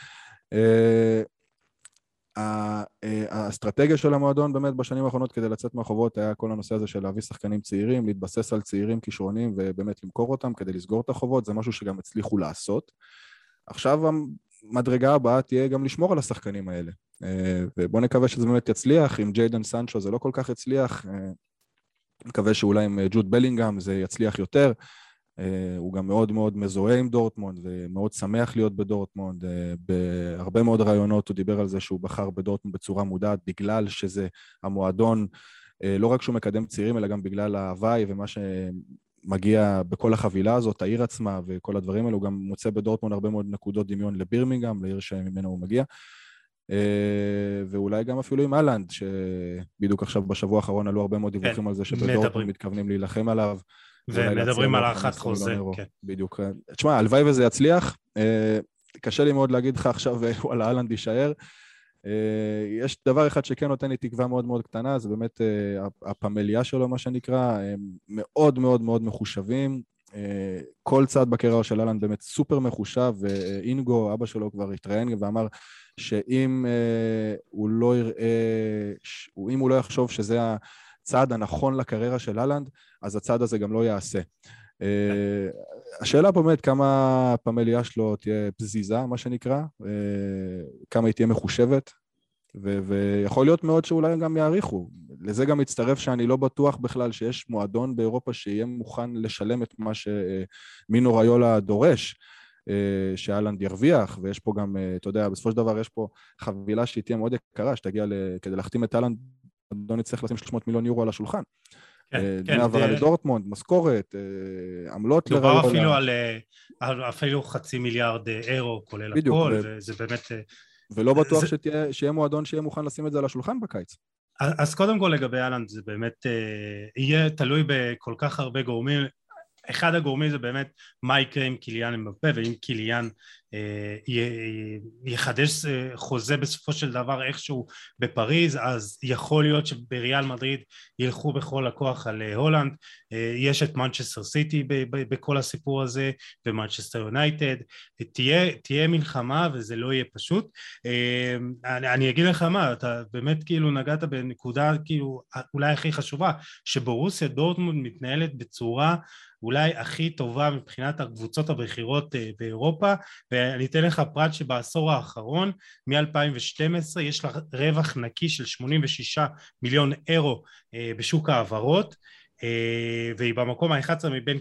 האסטרטגיה של המועדון באמת בשנים האחרונות כדי לצאת מהחובות היה כל הנושא הזה של להביא שחקנים צעירים, להתבסס על צעירים כישרונים ובאמת למכור אותם כדי לסגור את החובות, זה משהו שגם הצליחו לעשות. עכשיו המדרגה הבאה תהיה גם לשמור על השחקנים האלה, ובוא נקווה שזה באמת יצליח. עם ג'יידן סנצ'ו זה לא כל כך יצליח, נקווה שאולי עם ג'וד בלינגהאם זה יצליח יותר. הוא גם מאוד מאוד מזוהה עם דורטמונד ומאוד שמח להיות בדורטמונד. בהרבה מאוד רעיונות הוא דיבר על זה שהוא בחר בדורטמונד בצורה מודעת, בגלל שזה המועדון, לא רק שהוא מקדם צעירים, אלא גם בגלל ההוואי ומה שמגיע בכל החבילה הזאת, העיר עצמה וכל הדברים האלו. הוא גם מוצא בדורטמונד הרבה מאוד נקודות דמיון לבירמינגהאם, לעיר שממנו הוא מגיע. ואולי גם אפילו עם הלנד, שבדיוק עכשיו בשבוע האחרון עלו הרבה מאוד דיווחים על זה שבדורטמונד מתכוונים להילחם עליו. ומדברים על האחת חוזה. בדיוק. תשמע, הלוואי וזה יצליח. קשה לי מאוד להגיד לך עכשיו על הלנד יישאר. יש דבר אחד שכן נותן לי תקווה מאוד מאוד קטנה, זה באמת הפמליה שלו, מה שנקרא. הם מאוד מאוד מאוד מחושבים. כל צעד בקריירה של הלנד באמת סופר מחושב, ואינגו, אבא שלו, כבר התראיין ואמר שאם הוא לא יראה, אם הוא לא יחשוב שזה הצעד הנכון לקריירה של הלנד, אז הצעד הזה גם לא יעשה. השאלה באמת כמה הפמליה שלו תהיה פזיזה, מה שנקרא, כמה היא תהיה מחושבת, ויכול להיות מאוד שאולי גם יעריכו. לזה גם מצטרף שאני לא בטוח בכלל שיש מועדון באירופה שיהיה מוכן לשלם את מה שמינו ריולה דורש, שהלנד ירוויח, ויש פה גם, אתה יודע, בסופו של דבר יש פה חבילה שהיא תהיה מאוד יקרה, שתגיע כדי להחתים את הלנד, המועדון יצטרך לשים 300 מיליון יורו על השולחן. דמי העברה לדורטמונד, משכורת, עמלות לריולה. דובר אפילו 500 מיליארד אירו, כולל הכל, וזה באמת... ולא בטוח שיהיה מועדון שיהיה מוכן לשים את זה על השולחן בקיץ. אז קודם כל לגבי הלנד, זה באמת יהיה תלוי בכל כך הרבה גורמים. אחד הגורמים זה באמת מה יקרה עם קיליאן אמבפה, ואם קיליאן יחדש חוזה בסופו של דבר איכשהו בפריז, אז יכול להיות שבריאל מדריד ילכו בכל הכוח על הולנד. יש את מנצ'סטר סיטי בכל הסיפור הזה, ומנצ'סטר יונייטד. תהיה מלחמה וזה לא יהיה פשוט. אני אגיד לך מה, אתה באמת כאילו נגעת בנקודה כאילו אולי הכי חשובה, שבורוסיה דורטמונד מתנהלת בצורה אולי הכי טובה מבחינת הקבוצות הבכירות באירופה, ואני אתן לך פרט שבעשור האחרון, מ-2012, יש לה רווח נקי של 86 מיליון אירו בשוק העברות, והיא במקום ה-11 מבין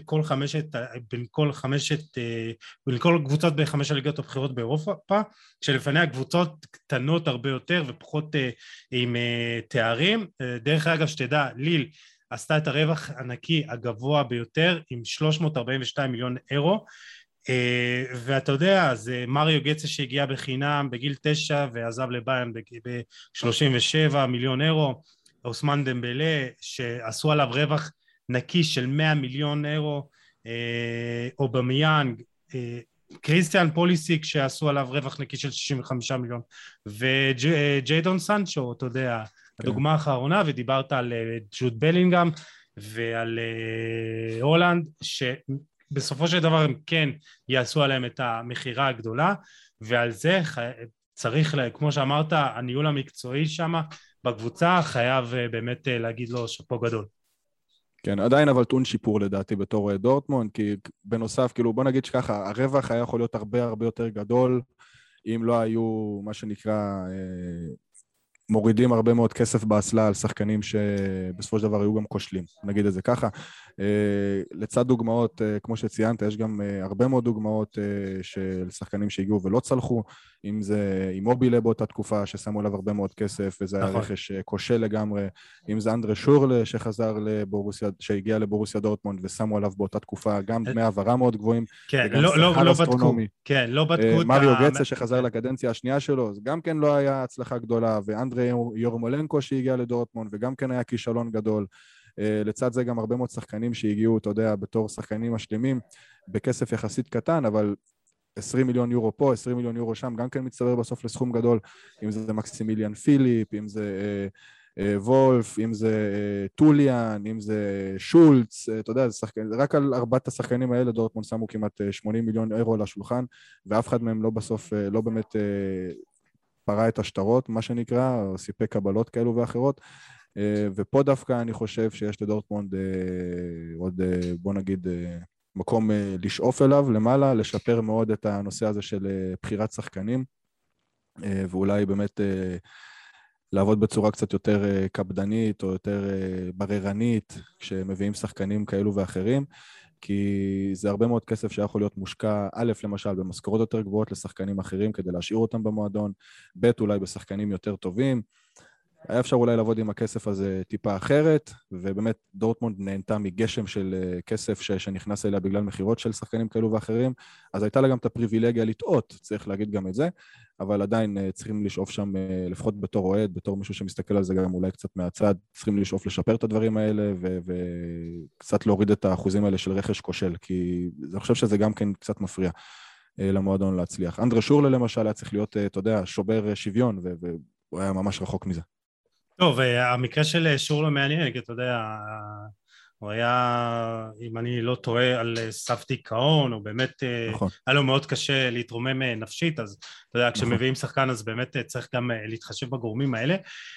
כל קבוצות בחמש הליגות הבכירות באירופה, שלפניה קבוצות קטנות הרבה יותר ופחות עם תארים. דרך אגב שתדע, ליל עשתה את הרווח הנקי הגבוה ביותר עם 342 מיליון אירו, ואתה יודע, זה מריו גצה שהגיע בחינם בגיל 9 ועזב לביירן ב-37 מיליון אירו, אוסמן דמבלה שעשו עליו רווח נקי של 100 מיליון אירו, אובמיאנג, קריסטיאן פוליסיק שעשו עליו רווח נקי של 65 מיליון, וג'יידון סנצ'ו, אתה יודע, הדוגמה האחרונה, ודיברת על ג'וד בלינגהאם ועל הולנד, שבסופו של דבר הם כן יעשו עליהם את המחירה הגדולה, ועל זה צריך, כמו שאמרת, הניהול המקצועי שם בקבוצה חייב באמת להגיד לו שאפו גדול. כן, עדיין אבל טעון שיפור לדעתי בתור דורטמונד, כי בנוסף, כאילו בוא נגיד שככה, הרווח היה יכול להיות הרבה הרבה יותר גדול, אם לא היו מה שנקרא מורידים הרבה מאוד כסף באסלה על שחקנים שבסופו של דבר היו גם כושלים, נגיד את זה ככה. לצד דוגמאות, כמו שציינת, יש גם הרבה מאוד דוגמאות של שחקנים שהגיעו ולא צלחו, אם זה עם מובילה באותה תקופה ששמו עליו הרבה מאוד כסף, וזה היה רכש כושל לגמרי, אם זה אנדרה שורלה שהגיע לבורוסיה דורטמונד ושמו עליו באותה תקופה גם דמי העברה מאוד גבוהים, וגם שכר אסטרונומי. כן, לא בדקו. מריו גצה שחזר לקדנציה השנייה שלו, זה גם כן לא היה הצלחה גדולה, ואנדרה יורמולנקו שהגיע לדורטמונד, וגם כן היה כישלון גדול. לצד זה גם הרבה מאוד שחקנים שהגיעו, אתה יודע, בתור שחקנים משלימים, בכסף יחסית קטן, אבל 20 מיליון יורו פה, 20 מיליון יורו שם, גם כן מצטבר בסוף לסכום גדול, אם זה מקסימיליאן פיליפ, אם זה וולף, אם זה טוליאן, אם זה שולץ, אתה יודע, רק על 4 השחקנים האלה דורטמונד שמו כמעט 80 מיליון אירו על השולחן, ואף אחד מהם לא בסוף, לא באמת פרה את השטרות, מה שנקרא, או סיפק קבלות כאלו ואחרות, ופה דווקא אני חושב שיש לדורטמונד עוד, בוא נגיד, מקום לשאוף אליו למעלה, לשפר מאוד את הנושא הזה של בחירת שחקנים, ואולי באמת לעבוד בצורה קצת יותר קפדנית או יותר בררנית, כשמביאים שחקנים כאלו ואחרים, כי זה הרבה מאוד כסף שיכול להיות מושקע, א', למשל, במשכורות יותר גבוהות לשחקנים אחרים, כדי להשאיר אותם במועדון, ב', אולי בשחקנים יותר טובים, היה אפשר אולי לעבוד עם הכסף הזה טיפה אחרת, ובאמת דורטמונד נהנתה מגשם של כסף שנכנס אליה בגלל מחירות של שחקנים כאלו ואחרים, אז הייתה לה גם את הפריבילגיה לטעות, צריך להגיד גם את זה, אבל עדיין צריכים לשאוף שם, לפחות בתור אוהד, בתור מישהו שמסתכל על זה גם אולי קצת מהצד, צריכים לשאוף לשפר את הדברים האלה, וקצת להוריד את האחוזים האלה של רכש כושל, כי אני חושב שזה גם כן קצת מפריע למועדון להצליח. אנדרה שורלה למשל היה צריך להיות, אתה יודע, שובר שוויון, והוא היה ממש רחוק מזה. טוב, המקרה של שורלה מעניין, כי אתה יודע, הוא היה, אם אני לא טועה, על סף דיכאון, או באמת, נכון. היה לו מאוד קשה להתרומם נפשית, אז אתה יודע, כשמביאים שחקן, אז באמת צריך גם להתחשב בגורמים האלה.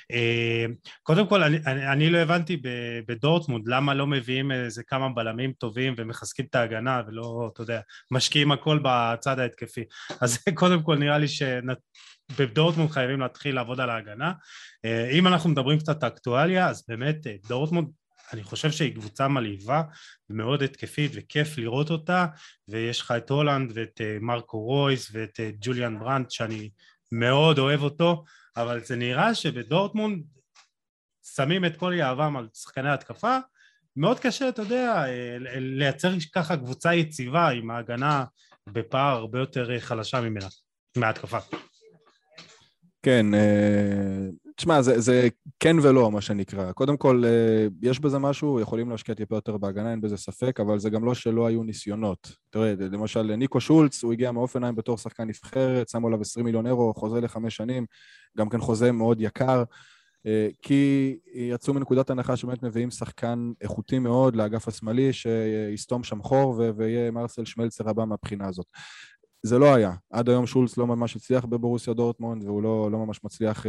קודם כל, אני לא הבנתי בדורטמונד, למה לא מביאים איזה כמה בלמים טובים ומחזקים את ההגנה, ולא, אתה יודע, משקיעים הכל בצד ההתקפי. אז קודם כל נראה לי בדורטמונד חייבים להתחיל לעבוד על ההגנה. אם אנחנו מדברים קצת אקטואליה, אז באמת דורטמונד, אני חושב שהיא קבוצה מלהיבה ומאוד התקפית וכיף לראות אותה, ויש לך את הולנד ואת מרקו רויס ואת ג'וליאן ברנט שאני מאוד אוהב אותו, אבל זה נראה שבדורטמונד שמים את כל יהבם על שחקני התקפה, מאוד קשה, אתה יודע, לייצר ככה קבוצה יציבה עם ההגנה בפער הרבה יותר חלשה ממנה, מההתקפה. כן, תשמע, זה כן ולא, מה שנקרא. קודם כל, יש בזה משהו, יכולים להשקיע טיפה יותר בהגנה, אין בזה ספק, אבל זה גם לא שלא היו ניסיונות. תראה, למשל, ניקו שולץ, הוא הגיע מאופנהיים בתור שחקן נבחרת, שמו עליו 20 מיליון אירו, חוזה ל5 שנים, גם כן חוזה מאוד יקר, כי יצאו מנקודת הנחה שבאמת מביאים שחקן איכותי מאוד לאגף השמאלי, שיסתום שם חור ויהיה מרסל שמלצר הבא מהבחינה הזאת. זה לא היה. עד היום שולץ לא ממש הצליח בבורוסיה דורטמונד, והוא לא ממש מצליח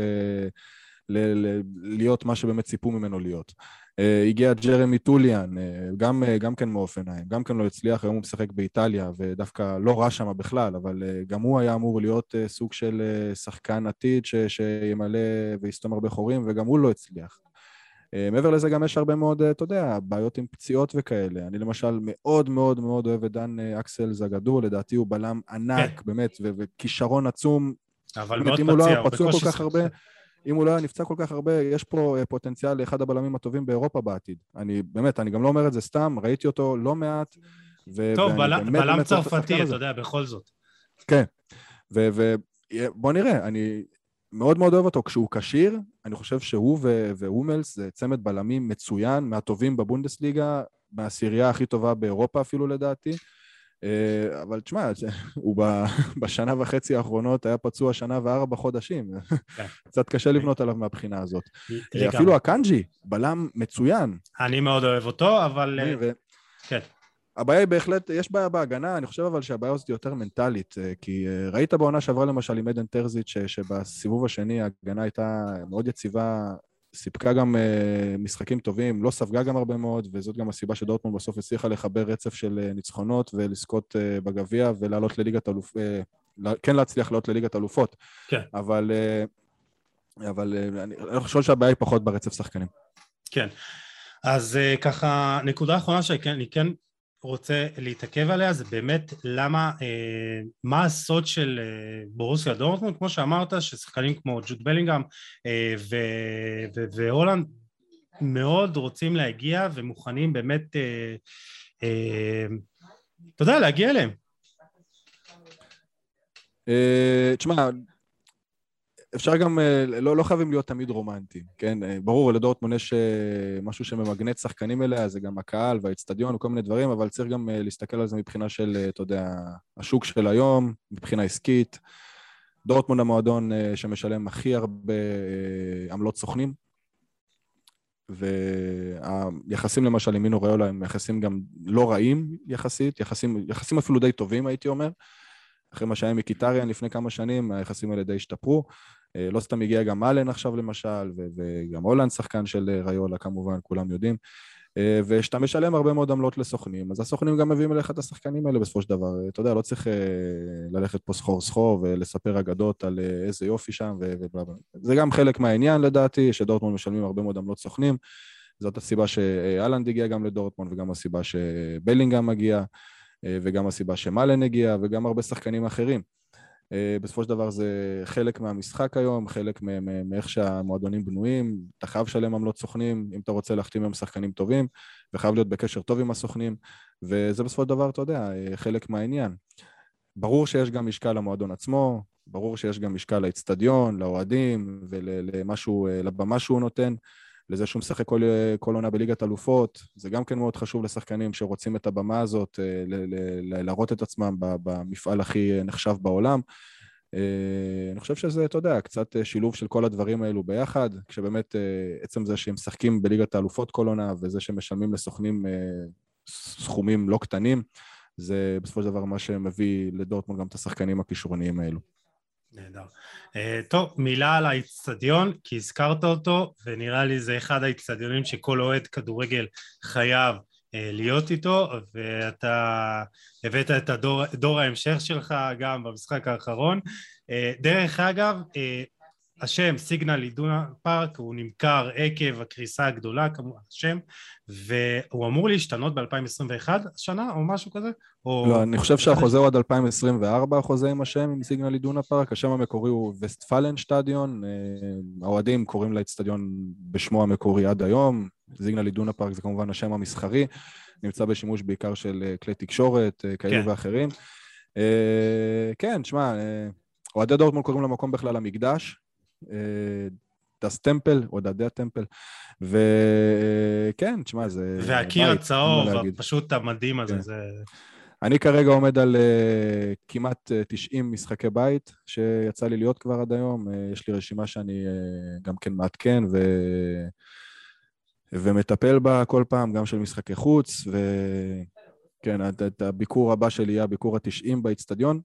להיות מה שבאמת ציפו ממנו להיות. הגיע ג'רמי טוליאן, גם כן מאופנהיים, גם כן לא הצליח, היום הוא משחק באיטליה, ודווקא לא רע שם בכלל, אבל גם הוא היה אמור להיות סוג של שחקן עתיד שימלא ויסתום הרבה חורים, וגם הוא לא הצליח. מעבר לזה גם יש הרבה מאוד, אתה יודע, בעיות עם פציעות וכאלה. אני למשל מאוד מאוד מאוד אוהב את דן אקסל זגדו, לדעתי הוא בלם ענק, באמת, וכישרון עצום. אבל מאוד פציע, הוא בקושי אם הוא לא היה נפצע כל כך הרבה, יש פה פוטנציאל לאחד הבלמים הטובים באירופה בעתיד. אני גם לא אומר את זה סתם, ראיתי אותו לא מעט. טוב, בלם צרפתי, אתה יודע, בכל זאת. כן, ובוא נראה, אני מאוד מאוד אוהב אותו. כשהוא קשיר, אני חושב שהוא והומלס זה צמד בלמים מצוין, מהטובים בבונדסליגה, מהסירייה הכי טובה באירופה אפילו לדעתי. אבל תשמע, הוא בשנה וחצי האחרונות היה פצוע שנה ו4 חודשים. קצת קשה לבנות עליו מהבחינה הזאת. אפילו הקנג'י, בלם מצוין. אני מאוד אוהב אותו, אבל כן. הבעיה היא בהחלט, יש בעיה בהגנה, אני חושב אבל שהבעיה הזאת יותר מנטלית, כי ראית בעונה שעברה למשל עם עדן טרזיץ' שבסיבוב השני ההגנה הייתה מאוד יציבה, סיפקה גם משחקים טובים, לא ספגה גם הרבה מאוד, וזאת גם הסיבה שדורטמונד בסוף הצליחה לחבר רצף של ניצחונות ולזכות בגביע ולעלות לליגת אלופות, כן להצליח לעלות לליגת אלופות. כן. אבל אבל אני חושב שהבעיה היא פחות ברצף שחקנים. כן, אז ככה, נקודה אחרונה שאני כן רוצה להתעכב עליה, זה באמת למה, מה הסוד של בורוסיה דורטמונד, כמו שאמרת, ששחקנים כמו ג'וד בלינגהאם והולנד מאוד רוצים להגיע ומוכנים באמת, אתה יודע, להגיע אליהם. תשמע, אפשר גם, לא חייבים להיות תמיד רומנטיים, כן? ברור, לדורטמונד יש משהו שממגנט שחקנים אליה, זה גם הקהל והאצטדיון וכל מיני דברים, אבל צריך גם להסתכל על זה מבחינה של, אתה יודע, השוק של היום, מבחינה עסקית. דורטמונד המועדון שמשלם הכי הרבה עמלות סוכנים, והיחסים למשל עם מינו ריולה הם יחסים גם לא רעים יחסית, יחסים אפילו די טובים הייתי אומר, אחרי מה שהיה מקיטריאן לפני כמה שנים, היחסים האלה די השתפרו, לא סתם הגיע גם אלן עכשיו למשל, וגם הולנד שחקן של ריולה כמובן, כולם יודעים, ושאתה משלם הרבה מאוד עמלות לסוכנים, אז הסוכנים גם מביאים אליך את השחקנים האלה בסופו של דבר, אתה יודע, לא צריך ללכת פה סחור ולספר אגדות על איזה יופי שם, זה גם חלק מהעניין לדעתי, שדורטמונד משלמים הרבה מאוד עמלות סוכנים, זאת הסיבה שאלנד הגיע גם לדורטמונד, וגם הסיבה שבלינגהאם מגיע, וגם הסיבה שמלן הגיע, וגם הרבה שחקנים אחרים. בסופו של דבר זה חלק מהמשחק היום, חלק מאיך שהמועדונים בנויים, אתה חייב לשלם עמלות סוכנים, אם אתה רוצה להחתים עם שחקנים טובים, וחייב להיות בקשר טוב עם הסוכנים, וזה בסופו של דבר, אתה יודע, חלק מהעניין. ברור שיש גם משקל למועדון עצמו, ברור שיש גם משקל לאצטדיון, לאוהדים, ולבמה שהוא נותן, לזה שהוא משחק כל עונה בליגת אלופות, זה גם כן מאוד חשוב לשחקנים שרוצים את הבמה הזאת, להראות את עצמם במפעל הכי נחשב בעולם. אני חושב שזה, אתה יודע, קצת שילוב של כל הדברים האלו ביחד, כשבאמת עצם זה שהם משחקים בליגת האלופות כל עונה, וזה שמשלמים לסוכנים סכומים לא קטנים, זה בסופו של דבר מה שמביא לדורטמונד גם את השחקנים הכישרוניים האלו. נהדר. טוב, מילה על האצטדיון, כי הזכרת אותו, ונראה לי זה אחד האצטדיונים שכל אוהד כדורגל חייב להיות איתו, ואתה הבאת את דור ההמשך שלך גם במשחק האחרון. דרך אגב, השם סיגנל אידונה פארק הוא נמכר עקב הקריסה הגדולה, כמובן השם, והוא אמור להשתנות ב-2021 השנה או משהו כזה? לא, אני חושב שהחוזה הוא עד 2024, החוזה עם השם, עם סיגנל אידונה פארק, השם המקורי הוא וסטפלן שטדיון, האוהדים קוראים לאצטדיון בשמו המקורי עד היום, סיגנל אידונה פארק זה כמובן השם המסחרי, נמצא בשימוש בעיקר של כלי תקשורת, כאלו ואחרים. כן, שמע, אוהדי דורטמונד קוראים למקום בכלל המקדש, דס טמפל, או דדי הטמפל, וכן, תשמע, זה... והקיר הצהוב, פשוט המדהים הזה, זה... אני כרגע עומד על כמעט 90 משחקי בית, שיצא לי להיות כבר עד היום, יש לי רשימה שאני גם כן מעדכן, ומטפל בה כל פעם, גם של משחקי חוץ, וכן, הביקור הבא שלי יהיה הביקור ה-90 באצטדיון,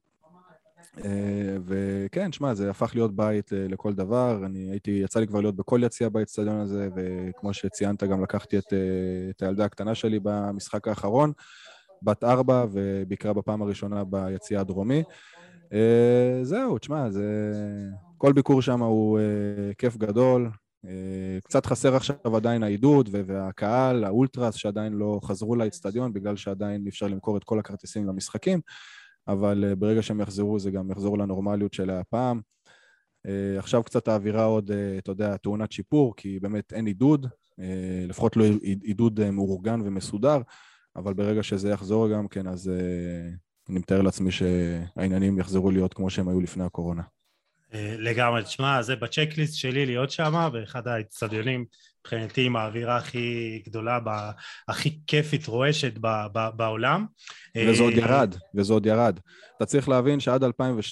וכן, שמע, זה הפך להיות בית לכל דבר, יצא לי כבר להיות בכל יציאה באצטדיון הזה, וכמו שציינת גם לקחתי את הילדה הקטנה שלי במשחק האחרון, בת 4, וביקרה בפעם הראשונה ביציאה הדרומי. זהו, תשמע, כל ביקור שם הוא כיף גדול, קצת חסר עכשיו עדיין העידוד והקהל, האולטרס שעדיין לא חזרו לאצטדיון, בגלל שעדיין אפשר למכור את כל הכרטיסים למשחקים, אבל ברגע שהם יחזרו, זה גם יחזור לנורמליות של הפעם. עכשיו קצת האווירה עוד, אתה יודע, תאונת שיפור, כי באמת אין עידוד, לפחות לא עידוד מאורגן ומסודר, אבל ברגע שזה יחזור גם כן, אז אני מתאר לעצמי שהעניינים יחזרו להיות כמו שהם היו לפני הקורונה. לגמרי, תשמע, זה בצ'קליסט שלי להיות שם, באחד האצטדיונים, מבחינתי עם האווירה הכי גדולה, הכי כיפית רועשת בעולם. וזה עוד ירד. אתה צריך להבין שעד 2012-2013,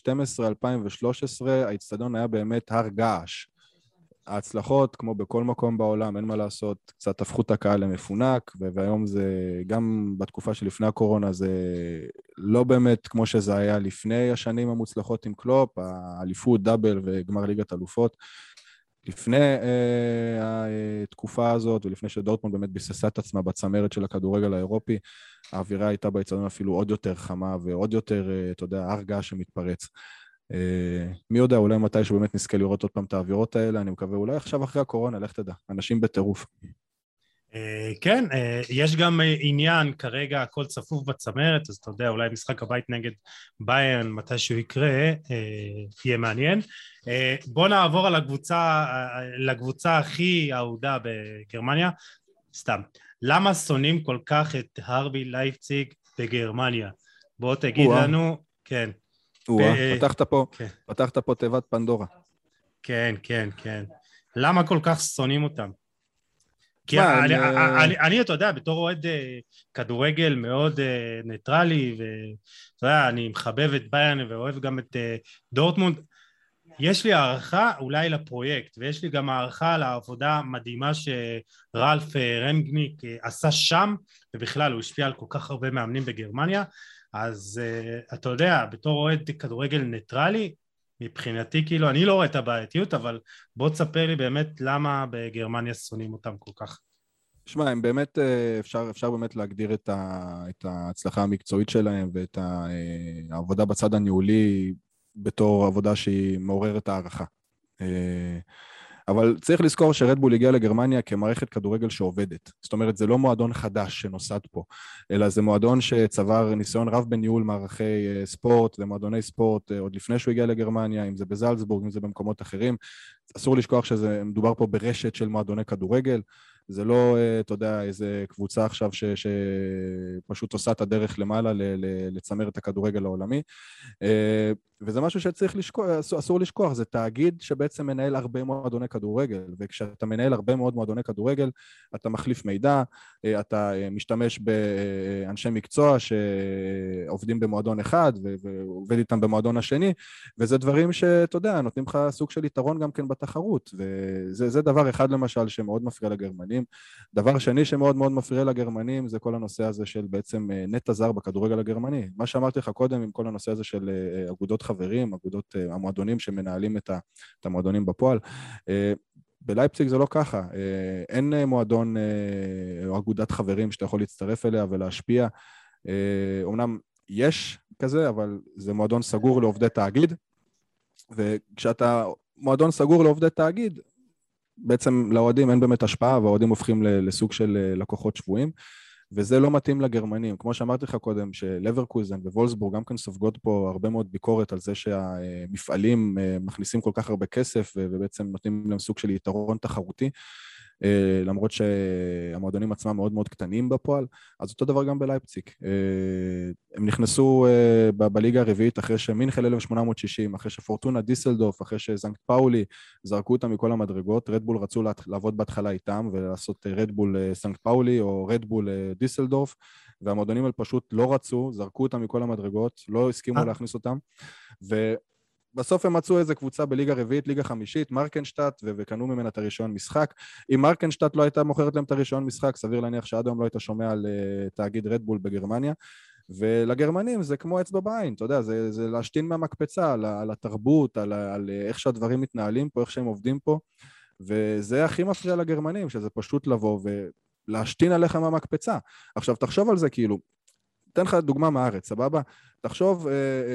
האצטדיון היה באמת הר געש. ההצלחות, כמו בכל מקום בעולם, אין מה לעשות, קצת הפכו את הקהל למפונק, והיום זה, גם בתקופה שלפני הקורונה, זה לא באמת כמו שזה היה לפני השנים המוצלחות עם קלופ, האליפות, דאבל וגמר ליגת אלופות. לפני התקופה הזאת, ולפני שדורטמונד באמת ביססה את עצמה בצמרת של הכדורגל האירופי, האווירה הייתה באצטדיון אפילו עוד יותר חמה, ועוד יותר, אתה יודע, הר געש שמתפרץ. מי יודע, אולי מתי שבאמת נזכה לראות עוד פעם את האווירות האלה, אני מקווה, אולי עכשיו אחרי הקורונה, לך תדע, אנשים בטירוף. כן, יש גם עניין, כרגע הכל צפוף בצמרת, אז אתה יודע, אולי משחק הבית נגד ביירן, מתי שהוא יקרה, יהיה מעניין. בוא נעבור על לקבוצה הכי אהודה בגרמניה, סתם. למה שונאים כל כך את הרבי לייפציג בגרמניה? בוא תגיד לנו, כן. פתחת פה תיבת פנדורה. כן, כן, כן. למה כל כך שונאים אותם? כי אני, אתה יודע, בתור אוהד כדורגל מאוד ניטרלי, ואתה יודע, אני מחבב את ביירן ואוהב גם את דורטמונד, יש לי הערכה אולי לפרויקט, ויש לי גם הערכה לעבודה המדהימה שרלף רנגניק עשה שם, ובכלל הוא השפיע על כל כך הרבה מאמנים בגרמניה, אז אתה יודע, בתור אוהד כדורגל ניטרלי, מבחינתי כאילו, אני לא רואה את הבעייתיות, אבל בוא תספר לי באמת למה בגרמניה שונאים אותם כל כך. שמע, הם באמת, אפשר באמת להגדיר את ההצלחה המקצועית שלהם, ואת העבודה בצד הניהולי, בתור עבודה שהיא מעוררת הערכה. אבל צריך לזכור שרדבול הגיע לגרמניה כמערכת כדורגל שעובדת. זאת אומרת, זה לא מועדון חדש שנוסד פה, אלא זה מועדון שצבר ניסיון רב בניהול מערכי ספורט ומועדוני ספורט עוד לפני שהוא הגיע לגרמניה, אם זה בזלצבורג, אם זה במקומות אחרים. אסור לשכוח שזה מדובר פה ברשת של מועדוני כדורגל, זה לא, אתה יודע, איזה קבוצה עכשיו שפשוט עושה את הדרך למעלה לצמר את הכדורגל העולמי. וזה משהו שצריך לשכוח, אסור לשכוח, זה תאגיד שבעצם מנהל הרבה מועדוני כדורגל, וכשאתה מנהל הרבה מאוד מועדוני כדורגל, אתה מחליף מידע, אתה משתמש באנשי מקצוע שעובדים במועדון אחד, ועובד איתם במועדון השני, וזה דברים שאתה יודע, נותנים לך סוג של יתרון גם כן בתחרות, וזה דבר אחד למשל שמאוד מפריע לגרמנים. דבר שני שמאוד מאוד מפריע לגרמנים, זה כל הנושא הזה של בעצם נטע זר בכדורגל הגרמני. מה שאמרתי לך קודם עם כל הנושא הזה של אגודות חברים, אגודות המועדונים שמנהלים את המועדונים בפועל. בלייפציג זה לא ככה, אין מועדון או אגודת חברים שאתה יכול להצטרף אליה ולהשפיע. אמנם יש כזה, אבל זה מועדון סגור לעובדי תאגיד, וכשאתה מועדון סגור לעובדי תאגיד, בעצם לאוהדים אין באמת השפעה, והאוהדים הופכים לסוג של לקוחות שבויים, וזה לא מתאים לגרמנים. כמו שאמרתי לך קודם, שלברקוזן ווולסבורג גם כן סופגות פה הרבה מאוד ביקורת על זה שהמפעלים מכניסים כל כך הרבה כסף, ובעצם נותנים להם סוג של יתרון תחרותי, למרות שהמועדונים עצמם מאוד מאוד קטנים בפועל. אז אותו דבר גם בלייפציג. הם נכנסו בליגה הרביעית אחרי שמינכן 1860, אחרי שפורטונה דיסלדורף, אחרי שזנקט פאולי זרקו אותם מכל המדרגות. רדבול רצו לעבוד בהתחלה איתם ולעשות רדבול סנקט פאולי או רדבול דיסלדורף, והמועדונים האלה פשוט לא רצו, זרקו אותם מכל המדרגות, לא הסכימו להכניס אותם, בסוף הם מצאו איזו קבוצה בליגה רביעית, ליגה חמישית, מרקנשטאט, וקנו ממנה את הרישיון משחק. אם מרקנשטאט לא הייתה מוכרת להם את הרישיון משחק, סביר להניח שעד היום לא היית שומע על תאגיד רדבול בגרמניה, ולגרמנים זה כמו אצבע בעין, אתה יודע, זה להשתין מהמקפצה, על התרבות, על איך שהדברים מתנהלים פה, איך שהם עובדים פה, וזה הכי מפריע לגרמנים, שזה פשוט לבוא ולהשתין עליך מהמקפצה. עכשיו, תחשוב על זה כאילו, אתן לך דוגמה מהארץ, סבבה? תחשוב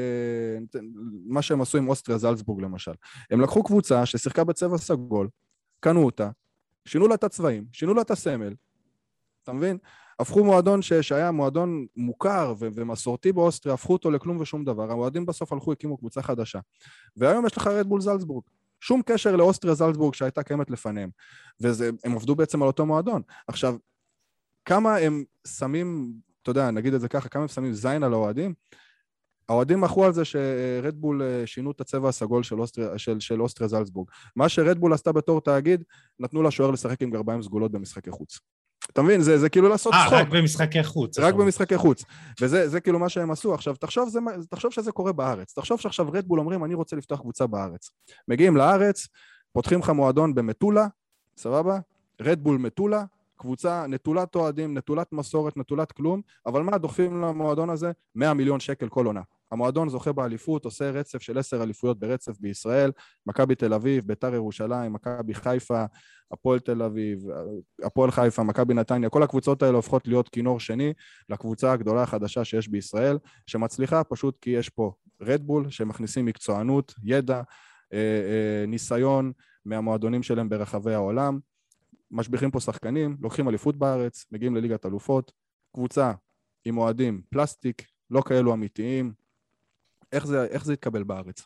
מה שהם עשו עם אוסטריה זלצבורג למשל. הם לקחו קבוצה ששיחקה בצבע סגול, קנו אותה, שינו לה את הצבעים, שינו לה את הסמל, אתה מבין? הפכו מועדון שהיה מועדון מוכר ומסורתי באוסטריה, הפכו אותו לכלום ושום דבר. המועדים בסוף הלכו, הקימו קבוצה חדשה. והיום יש לך רדבול זלצבורג. שום קשר לאוסטריה זלצבורג שהייתה קיימת לפניהם. והם עבדו בעצם על אותו מועדון. עכשיו, כמה הם שמים, אתה יודע, נגיד את זה ככה, כמה הם שמים זין על האוהדים? האוהדים מחו על זה שרדבול שינו את הצבע הסגול של אוסטריה זלצבורג. מה שרדבול עשתה בתור תאגיד, נתנו לה שוער לשחק עם גרביים סגולות במשחקי חוץ. אתה מבין? זה כאילו לעשות צחוק. רק במשחקי חוץ. רק במשחקי חוץ. וזה כאילו מה שהם עשו. עכשיו, תחשוב שזה קורה בארץ. תחשוב שעכשיו רדבול אומרים, אני רוצה לפתוח קבוצה בארץ. מגיעים לארץ, פותחים לך מועדון במטולה, סבבה? רדבול מטולה, קבוצה נטולת אוהדים, נטולת מסורת, נטולת כלום, אבל מה דוחפים למועדון הזה? 100 מיליון שקל כל עונה. המועדון זוכה באליפות, עושה רצף של 10 אליפויות ברצף בישראל, מכבי תל אביב, ביתר ירושלים, מכבי חיפה, הפועל תל אביב, הפועל חיפה, מכבי נתניה, כל הקבוצות האלה הופכות להיות כינור שני לקבוצה הגדולה החדשה שיש בישראל, שמצליחה פשוט כי יש פה רדבול, שמכניסים מקצוענות, ידע, ניסיון מהמועדונים שלהם ברחבי העולם, משביחים פה שחקנים, לוקחים אליפות בארץ, מגיעים לליגת אלופות, קבוצה עם אוהדים פלסטיק, לא כאלו אמיתיים. איך זה יתקבל בארץ?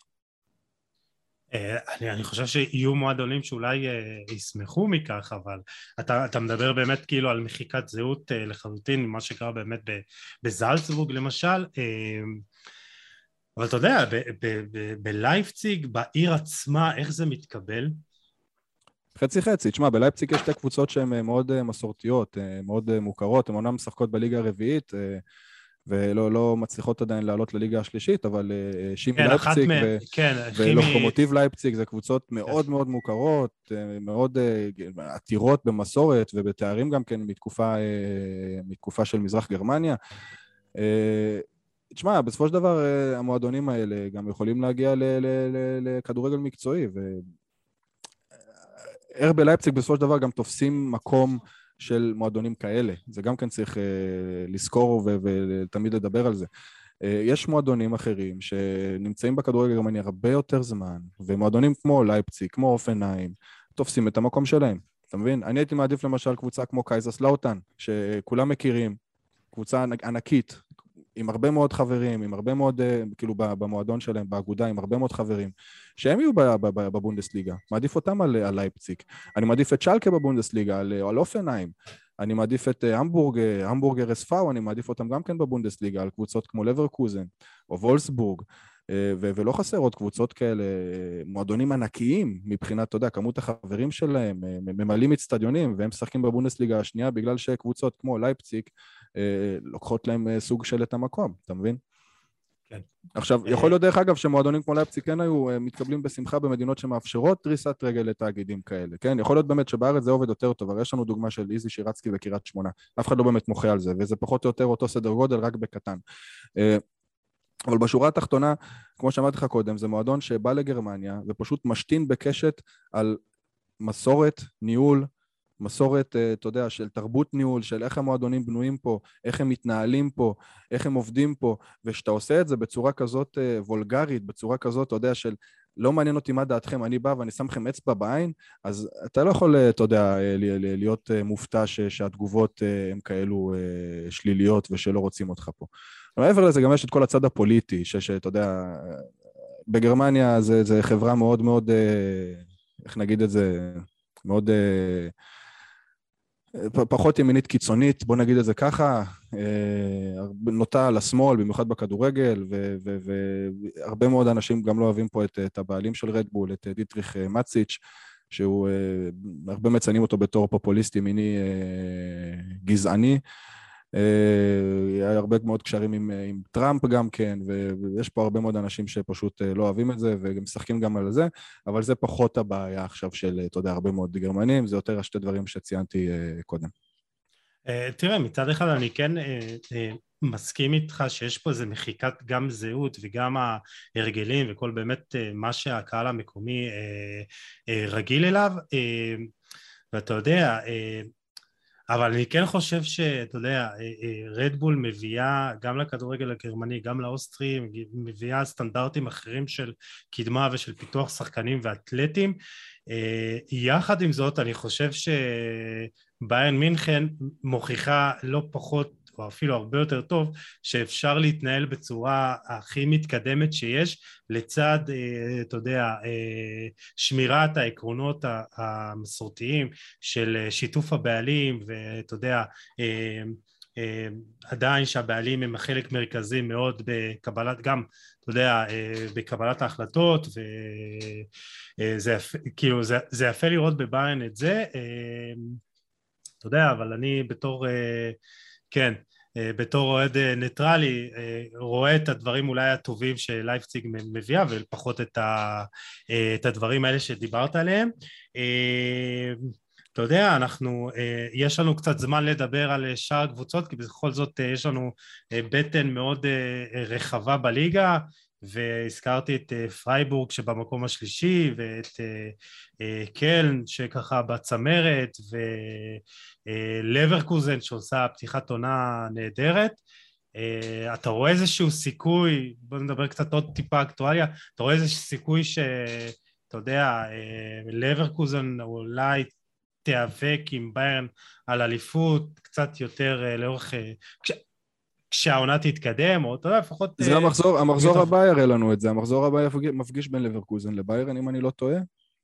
אני חושב שיהיו מועדונים שאולי ישמחו מכך, אבל אתה מדבר באמת כאילו על מחיקת זהות לחלוטין, מה שקרה באמת בזלצבורג למשל, אבל אתה יודע, בלייפציג, בעיר עצמה, איך זה מתקבל? חצי חצי, תשמע, בלייפציג יש שתי קבוצות שהן מאוד מסורתיות, מאוד מוכרות, הן אומנם משחקות בליגה הרביעית, ולא מצליחות עדיין לעלות לליגה השלישית, אבל שימי לייפציג ולוקומוטיב לייפציג זה קבוצות מאוד מאוד מוכרות, מאוד עתירות במסורת ובתארים גם כן מתקופה של מזרח גרמניה. תשמע, בסופו של דבר המועדונים האלה גם יכולים להגיע לכדורגל מקצועי, RB לייפציג בסופו של דבר גם תופסים מקום של מועדונים כאלה, זה גם כן צריך לזכור ותמיד לדבר על זה. יש מועדונים אחרים שנמצאים בכדורגל הגרמני הרבה יותר זמן, ומועדונים כמו לייפציג, כמו אופנהיים, תופסים את המקום שלהם, אתה מבין? אני הייתי מעדיף למשל קבוצה כמו קייזרסלאוטן, שכולם מכירים, קבוצה ענקית, עם הרבה מאוד חברים, עם הרבה מאוד, כאילו במועדון שלהם, באגודה, עם הרבה מאוד חברים, שהם יהיו בבונדסליגה, מעדיף אותם על לייפציג. אני מעדיף את שלקה בבונדסליגה, על אופנהיים. אני מעדיף את המבורגר אספאו, אני מעדיף אותם גם כן בבונדסליגה, על קבוצות כמו לברקוזן, או וולסבורג, ולא חסר עוד קבוצות כאלה, מועדונים ענקיים, מבחינת, אתה יודע, כמות החברים שלהם, ממלאים אצטדיונים, והם משחקים בבונדסליגה השנייה, בגלל שקבוצות כמו לייפציג, לוקחות להם סוג של את המקום, אתה מבין? כן. עכשיו, יכול להיות דרך אגב שמועדונים כמו לייפציג כן היו מתקבלים בשמחה במדינות שמאפשרות דריסת רגל לתאגידים כאלה, כן? יכול להיות באמת שבארץ זה עובד יותר טוב, אבל יש לנו דוגמה של איזי שירצקי וקריית שמונה, אף אחד לא באמת מוחה על זה, וזה פחות או יותר אותו סדר גודל, רק בקטן. אבל בשורה התחתונה, כמו שאמרתי לך קודם, זה מועדון שבא לגרמניה ופשוט משתין בקשת על מסורת, ניהול, מסורת, אתה יודע, של תרבות ניהול, של איך המועדונים בנויים פה, איך הם מתנהלים פה, איך הם עובדים פה, ושאתה עושה את זה בצורה כזאת וולגרית, בצורה כזאת, אתה יודע, של לא מעניין אותי מה דעתכם, אני בא ואני שם לכם אצבע בעין, אז אתה לא יכול, אתה יודע, להיות מופתע שהתגובות הן כאלו שליליות ושלא רוצים אותך פה. מעבר לזה גם יש את כל הצד הפוליטי, שאתה יודע, בגרמניה זה חברה מאוד מאוד, איך נגיד את זה, מאוד פחות ימינית קיצונית, בוא נגיד את זה ככה, נוטה לשמאל, במיוחד בכדורגל, והרבה מאוד אנשים גם לא אוהבים פה את הבעלים של רדבול, את דיטריך מציץ', שהוא, הרבה מציינים אותו בתור פופוליסט ימיני גזעני, היה הרבה מאוד קשרים עם טראמפ גם כן, ויש פה הרבה מאוד אנשים שפשוט לא אוהבים את זה, וגם משחקים גם על זה, אבל זה פחות הבעיה עכשיו של, אתה יודע, הרבה מאוד גרמנים, זה יותר השתי דברים שציינתי קודם. תראה, מצד אחד אני כן מסכים איתך שיש פה איזה מחיקת גם זהות וגם ההרגלים וכל באמת מה שהקהל המקומי רגיל אליו, ואתה יודע, אבל אני כן חושב שאתה יודע, רדבול מביאה גם לכדורגל הגרמני, גם לאוסטרי, מביאה סטנדרטים אחרים של קדמה ושל פיתוח שחקנים ואתלטים. יחד עם זאת, אני חושב שביירן מינכן מוכיחה לא פחות, או אפילו הרבה יותר טוב, שאפשר להתנהל בצורה הכי מתקדמת שיש, לצד, אתה יודע, שמירת העקרונות המסורתיים של שיתוף הבעלים, ואתה יודע, עדיין שהבעלים הם חלק מרכזי מאוד בקבלת, גם, אתה יודע, בקבלת ההחלטות, וזה כאילו, זה יפה לראות בביירן את זה, אתה יודע, אבל אני בתור, כן, בתור אוהד ניטרלי, רואה את הדברים אולי הטובים שלייפציג מביאה, ולפחות את הדברים האלה שדיברת עליהם. אתה יודע, יש לנו קצת זמן לדבר על שאר הקבוצות, כי בכל זאת יש לנו בטן מאוד רחבה בליגה, והזכרתי את פרייבורג שבמקום השלישי, ואת קלן שככה בצמרת, ולברקוזן שעושה פתיחת עונה נהדרת. אתה רואה איזשהו סיכוי, בוא נדבר קצת עוד טיפה אקטואליה, אתה רואה איזשהו סיכוי שאתה יודע, לברקוזן אולי תיאבק עם ביירן על אליפות קצת יותר לאורך, כשהעונה תתקדם, או אתה יודע, לפחות... זה המחזור הבא יראה לנו את זה, המחזור הבא מפגיש בין לברקוזן לביירן, אם אני לא טועה,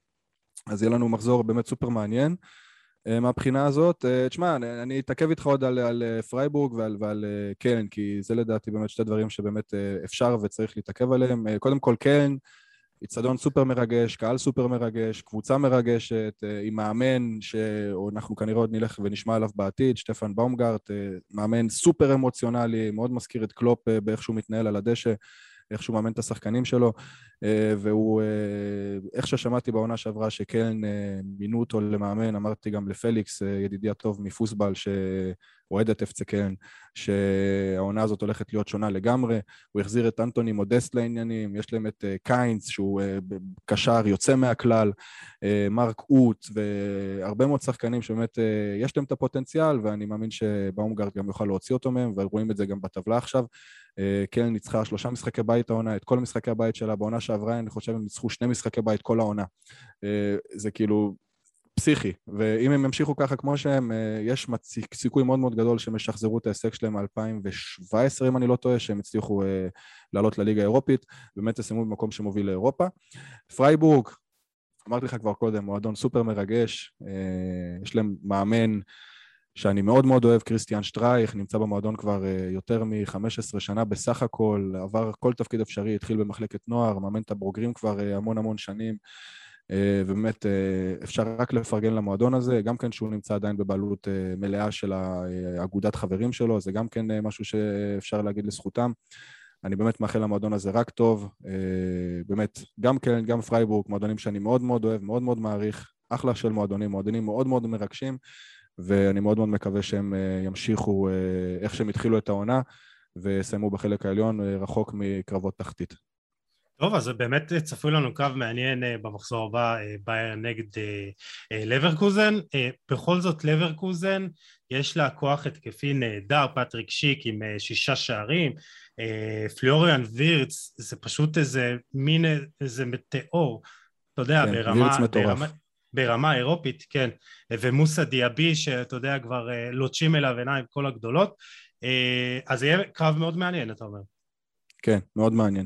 אז יהיה לנו מחזור באמת סופר מעניין, מהבחינה הזאת. תשמע, אני אתעכב איתך עוד על פרייבורג ועל קלן, כי זה לדעתי באמת שתי דברים שבאמת אפשר וצריך להתעכב עליהם. קודם כל קלן, אצטדיון סופר מרגש, קהל סופר מרגש, קבוצה מרגשת, עם מאמן שאנחנו כנראה עוד נלך ונשמע עליו בעתיד, שטפן באומגרט, מאמן סופר אמוציונלי, מאוד מזכיר את קלופ באיך שהוא מתנהל על הדשא, איך שהוא מאמן את השחקנים שלו, והוא, איך ששמעתי בעונה שעברה שקלן מינו אותו למאמן, אמרתי גם לפליקס, ידידי הטוב מפוסבל, שאוהד את FC קלן, שהעונה הזאת הולכת להיות שונה לגמרי, הוא החזיר את אנטוני מודסט לעניינים, יש להם את קיינס, שהוא קשר יוצא מהכלל, מרק אוט, והרבה מאוד שחקנים שבאמת יש להם את הפוטנציאל, ואני מאמין שבאומגרד גם יוכל להוציא אותו מהם, ורואים את זה גם בטבלה עכשיו. קלן ניצחה 3 משחקי בית העונה, את כל משחקי הבית שלה, בעונה שעברה אני חושב הם ניצחו 2 משחקי בית כל העונה. זה כאילו פסיכי, ואם הם ימשיכו ככה כמו שהם, יש סיכוי מאוד מאוד גדול שהם ישחזרו את ההישג שלהם 2017, אם אני לא טועה, שהם הצליחו לעלות לליגה האירופית, באמת יסיימו במקום שמוביל לאירופה. פרייבורג, אמרתי לך כבר קודם, מועדון סופר מרגש, יש להם מאמן שאני מאוד מאוד אוהב, קריסטיאן שטרייך, נמצא במועדון כבר יותר מ-15 שנה בסך הכל, עבר כל תפקיד אפשרי, התחיל במחלקת נוער, מאמן את הבוגרים כבר המון שנים, ובאמת אפשר רק לפרגן למועדון הזה, גם כן שהוא נמצא עדיין בבעלות מלאה של האגודת חברים שלו, זה גם כן משהו שאפשר להגיד לזכותם. אני באמת מאחל למועדון הזה רק טוב, באמת גם כן, גם פרייבורג, מועדונים שאני מאוד מאוד אוהב, מאוד מאוד מעריך, אחלה של מועדונים מאוד מאוד מרגשים, ואני מאוד מאוד מקווה שהם ימשיכו איך שהם התחילו את העונה, וסיימו בחלק העליון רחוק מקרבות תחתית. טוב, אז באמת צפוי לנו קו מעניין במחזור הבא, ביירן נגד לברקוזן. בכל זאת לברקוזן יש לה כוח התקפי נהדר, פטריק שיק עם 6 שערים, פלוריאן וירץ, זה פשוט איזה מטאור, אתה יודע, כן, ברמה אירופית, כן, ומוסא דיאבי שאתה יודע כבר לוטשים אליו עיניים כל הגדולות, אז זה יהיה קרב מאוד מעניין, אתה אומר. כן, מאוד מעניין.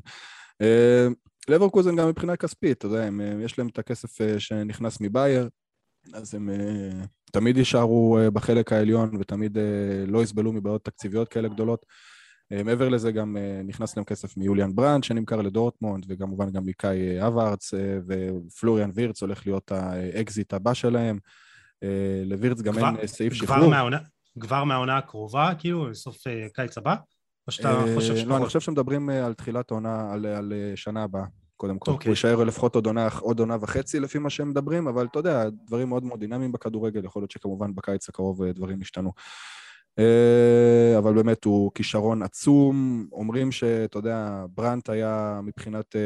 לברקוזן גם מבחינה כספית, אתה יודע, יש להם את הכסף שנכנס מבייר, אז הם תמיד יישארו בחלק העליון ותמיד לא יסבלו מבעיות תקציביות כאלה גדולות. מעבר לזה גם נכנס להם כסף מיוליאן ברנד שנמכר לדורטמונד, וכמובן גם מיקאי אברץ, ופלוריאן וירץ הולך להיות האקזיט הבא שלהם. לווירץ גם אין סעיף שחרור. כבר מהעונה הקרובה, כאילו, לסוף קיץ הבא? או שאתה חושב שקרוב? לא, אני חושב שמדברים על תחילת העונה, על שנה הבאה, קודם כל. הוא יישאר לפחות עוד עונה וחצי לפי מה שהם מדברים, אבל אתה יודע, דברים מאוד מאוד דינמיים בכדורגל, יכול להיות שכמובן בקיץ הקרוב דברים ישתנו. אבל באמת הוא כישרון עצום, אומרים שאתה יודע, ברנט היה מבחינת,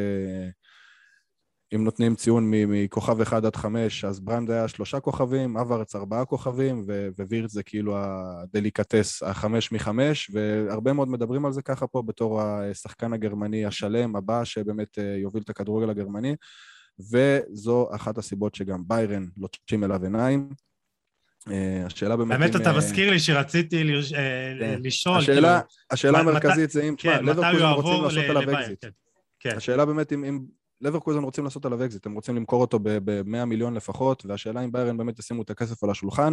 אם נותנים ציון מכוכב 1 עד 5, אז ברנט היה 3 כוכבים, אברץ 4 כוכבים, ווירץ זה כאילו הדליקטס, 5 מ-5, והרבה מאוד מדברים על זה ככה פה, בתור השחקן הגרמני השלם הבא, שבאמת יוביל את הכדורגל הגרמני, וזו אחת הסיבות שגם ביירן לוטשים אליו עיניים. השאלה באמת אתה מזכיר לי שרציתי לשאול. השאלה המרכזית זה אם, לברקוזן רוצים לעשות עליו אקזיט. השאלה באמת אם לברקוזן רוצים לעשות עליו אקזיט, הם רוצים למכור אותו ב-100 מיליון לפחות, והשאלה אם ביירן באמת ישימו את הכסף על השולחן.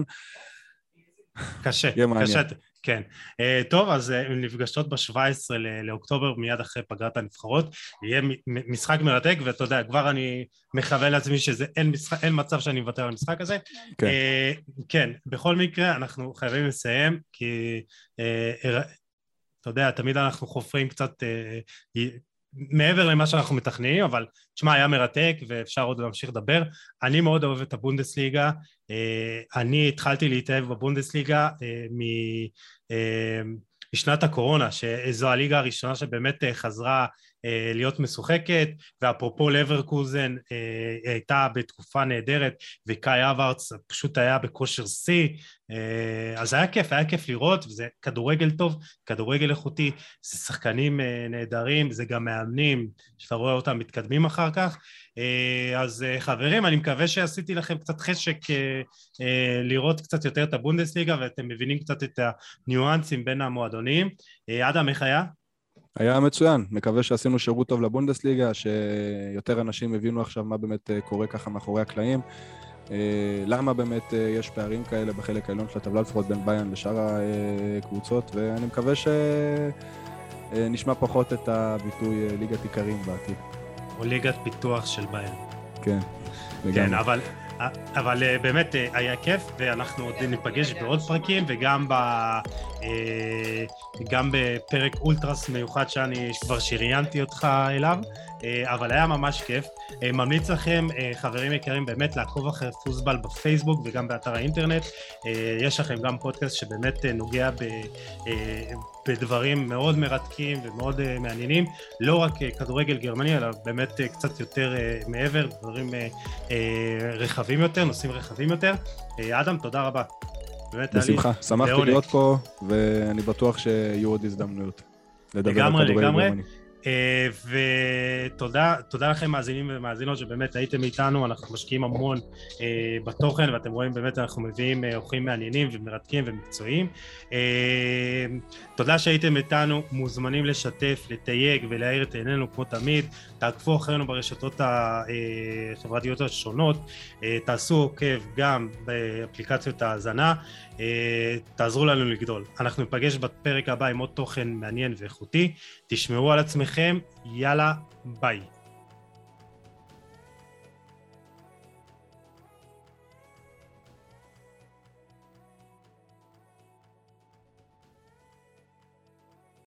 קשה, כן. טוב, אז נפגשות ב-17 לאוקטובר, מיד אחרי פגרת הנבחרות, יהיה משחק מרתק, ואתה יודע, כבר אני מכוון לעצמי שאין מצב שאני מוותר על המשחק הזה. כן, בכל מקרה, אנחנו חייבים לסיים, כי אתה יודע, תמיד אנחנו חופרים קצת מעבר למה שאנחנו מתכננים, אבל תשמע, היה מרתק ואפשר עוד להמשיך לדבר. אני מאוד אוהב את הבונדסליגה, אני התחלתי להתאהב בבונדסליגה משנת הקורונה, שזו הליגה הראשונה שבאמת חזרה להיות משוחקת, ואפרופו לברקוזן, הייתה בתקופה נהדרת, וקאי אברץ פשוט היה בכושר שיא, אז היה כיף לראות, וזה כדורגל טוב, כדורגל איכותי, זה שחקנים נהדרים, זה גם מאמנים, שאתה רואה אותם מתקדמים אחר כך, אז חברים, אני מקווה שעשיתי לכם קצת חשק לראות קצת יותר את הבונדסליגה, ואתם מבינים קצת את הניואנסים בין המועדונים. אדם, איך היה? היה מצוין, מקווה שעשינו שירות טוב לבונדסליגה, שיותר אנשים הבינו עכשיו מה באמת קורה ככה מאחורי הקלעים, למה באמת יש פערים כאלה בחלק העליון של הטבלה, לפחות בין ביירן לשאר הקבוצות, ואני מקווה שנשמע פחות את הביטוי ליגת עיקרים בעתיד. או ליגת פיתוח של ביירן. כן, כן, אבל באמת היה כיף, ואנחנו עוד ניפגש בעוד פרקים, וגם גם בפרק אולטרס מיוחד שאני כבר שריינתי אותך אליו, אבל היה ממש כיף. ממליץ לכם, חברים יקרים, באמת לעקוב אחרי פוסבל בפייסבוק וגם באתר האינטרנט. יש לכם גם פודקאסט שבאמת נוגע בדברים מאוד מרתקים ומאוד מעניינים, לא רק כדורגל גרמני, אלא באמת קצת יותר מעבר, דברים רחבים יותר, נושאים רחבים יותר. אדם, תודה רבה. בשמחה, שמחתי להיות פה, ואני בטוח שיהיו עוד הזדמנויות לדבר על כדורגל גרמני. ותודה לכם מאזינים ומאזינות שבאמת הייתם איתנו, אנחנו משקיעים המון בתוכן, ואתם רואים באמת אנחנו מביאים אורחים מעניינים ומרתקים ומקצועיים. תודה שהייתם איתנו, מוזמנים לשתף, לתייג ולהאיר את עינינו כמו תמיד, תעקבו אחרינו ברשתות החברתיות השונות, תעשו עוקב גם באפליקציות ההאזנה, תעזרו לנו לגדול. אנחנו ניפגש בפרק הבא עם עוד תוכן מעניין ואיכותי, תשמרו על עצמכם, יאללה, ביי.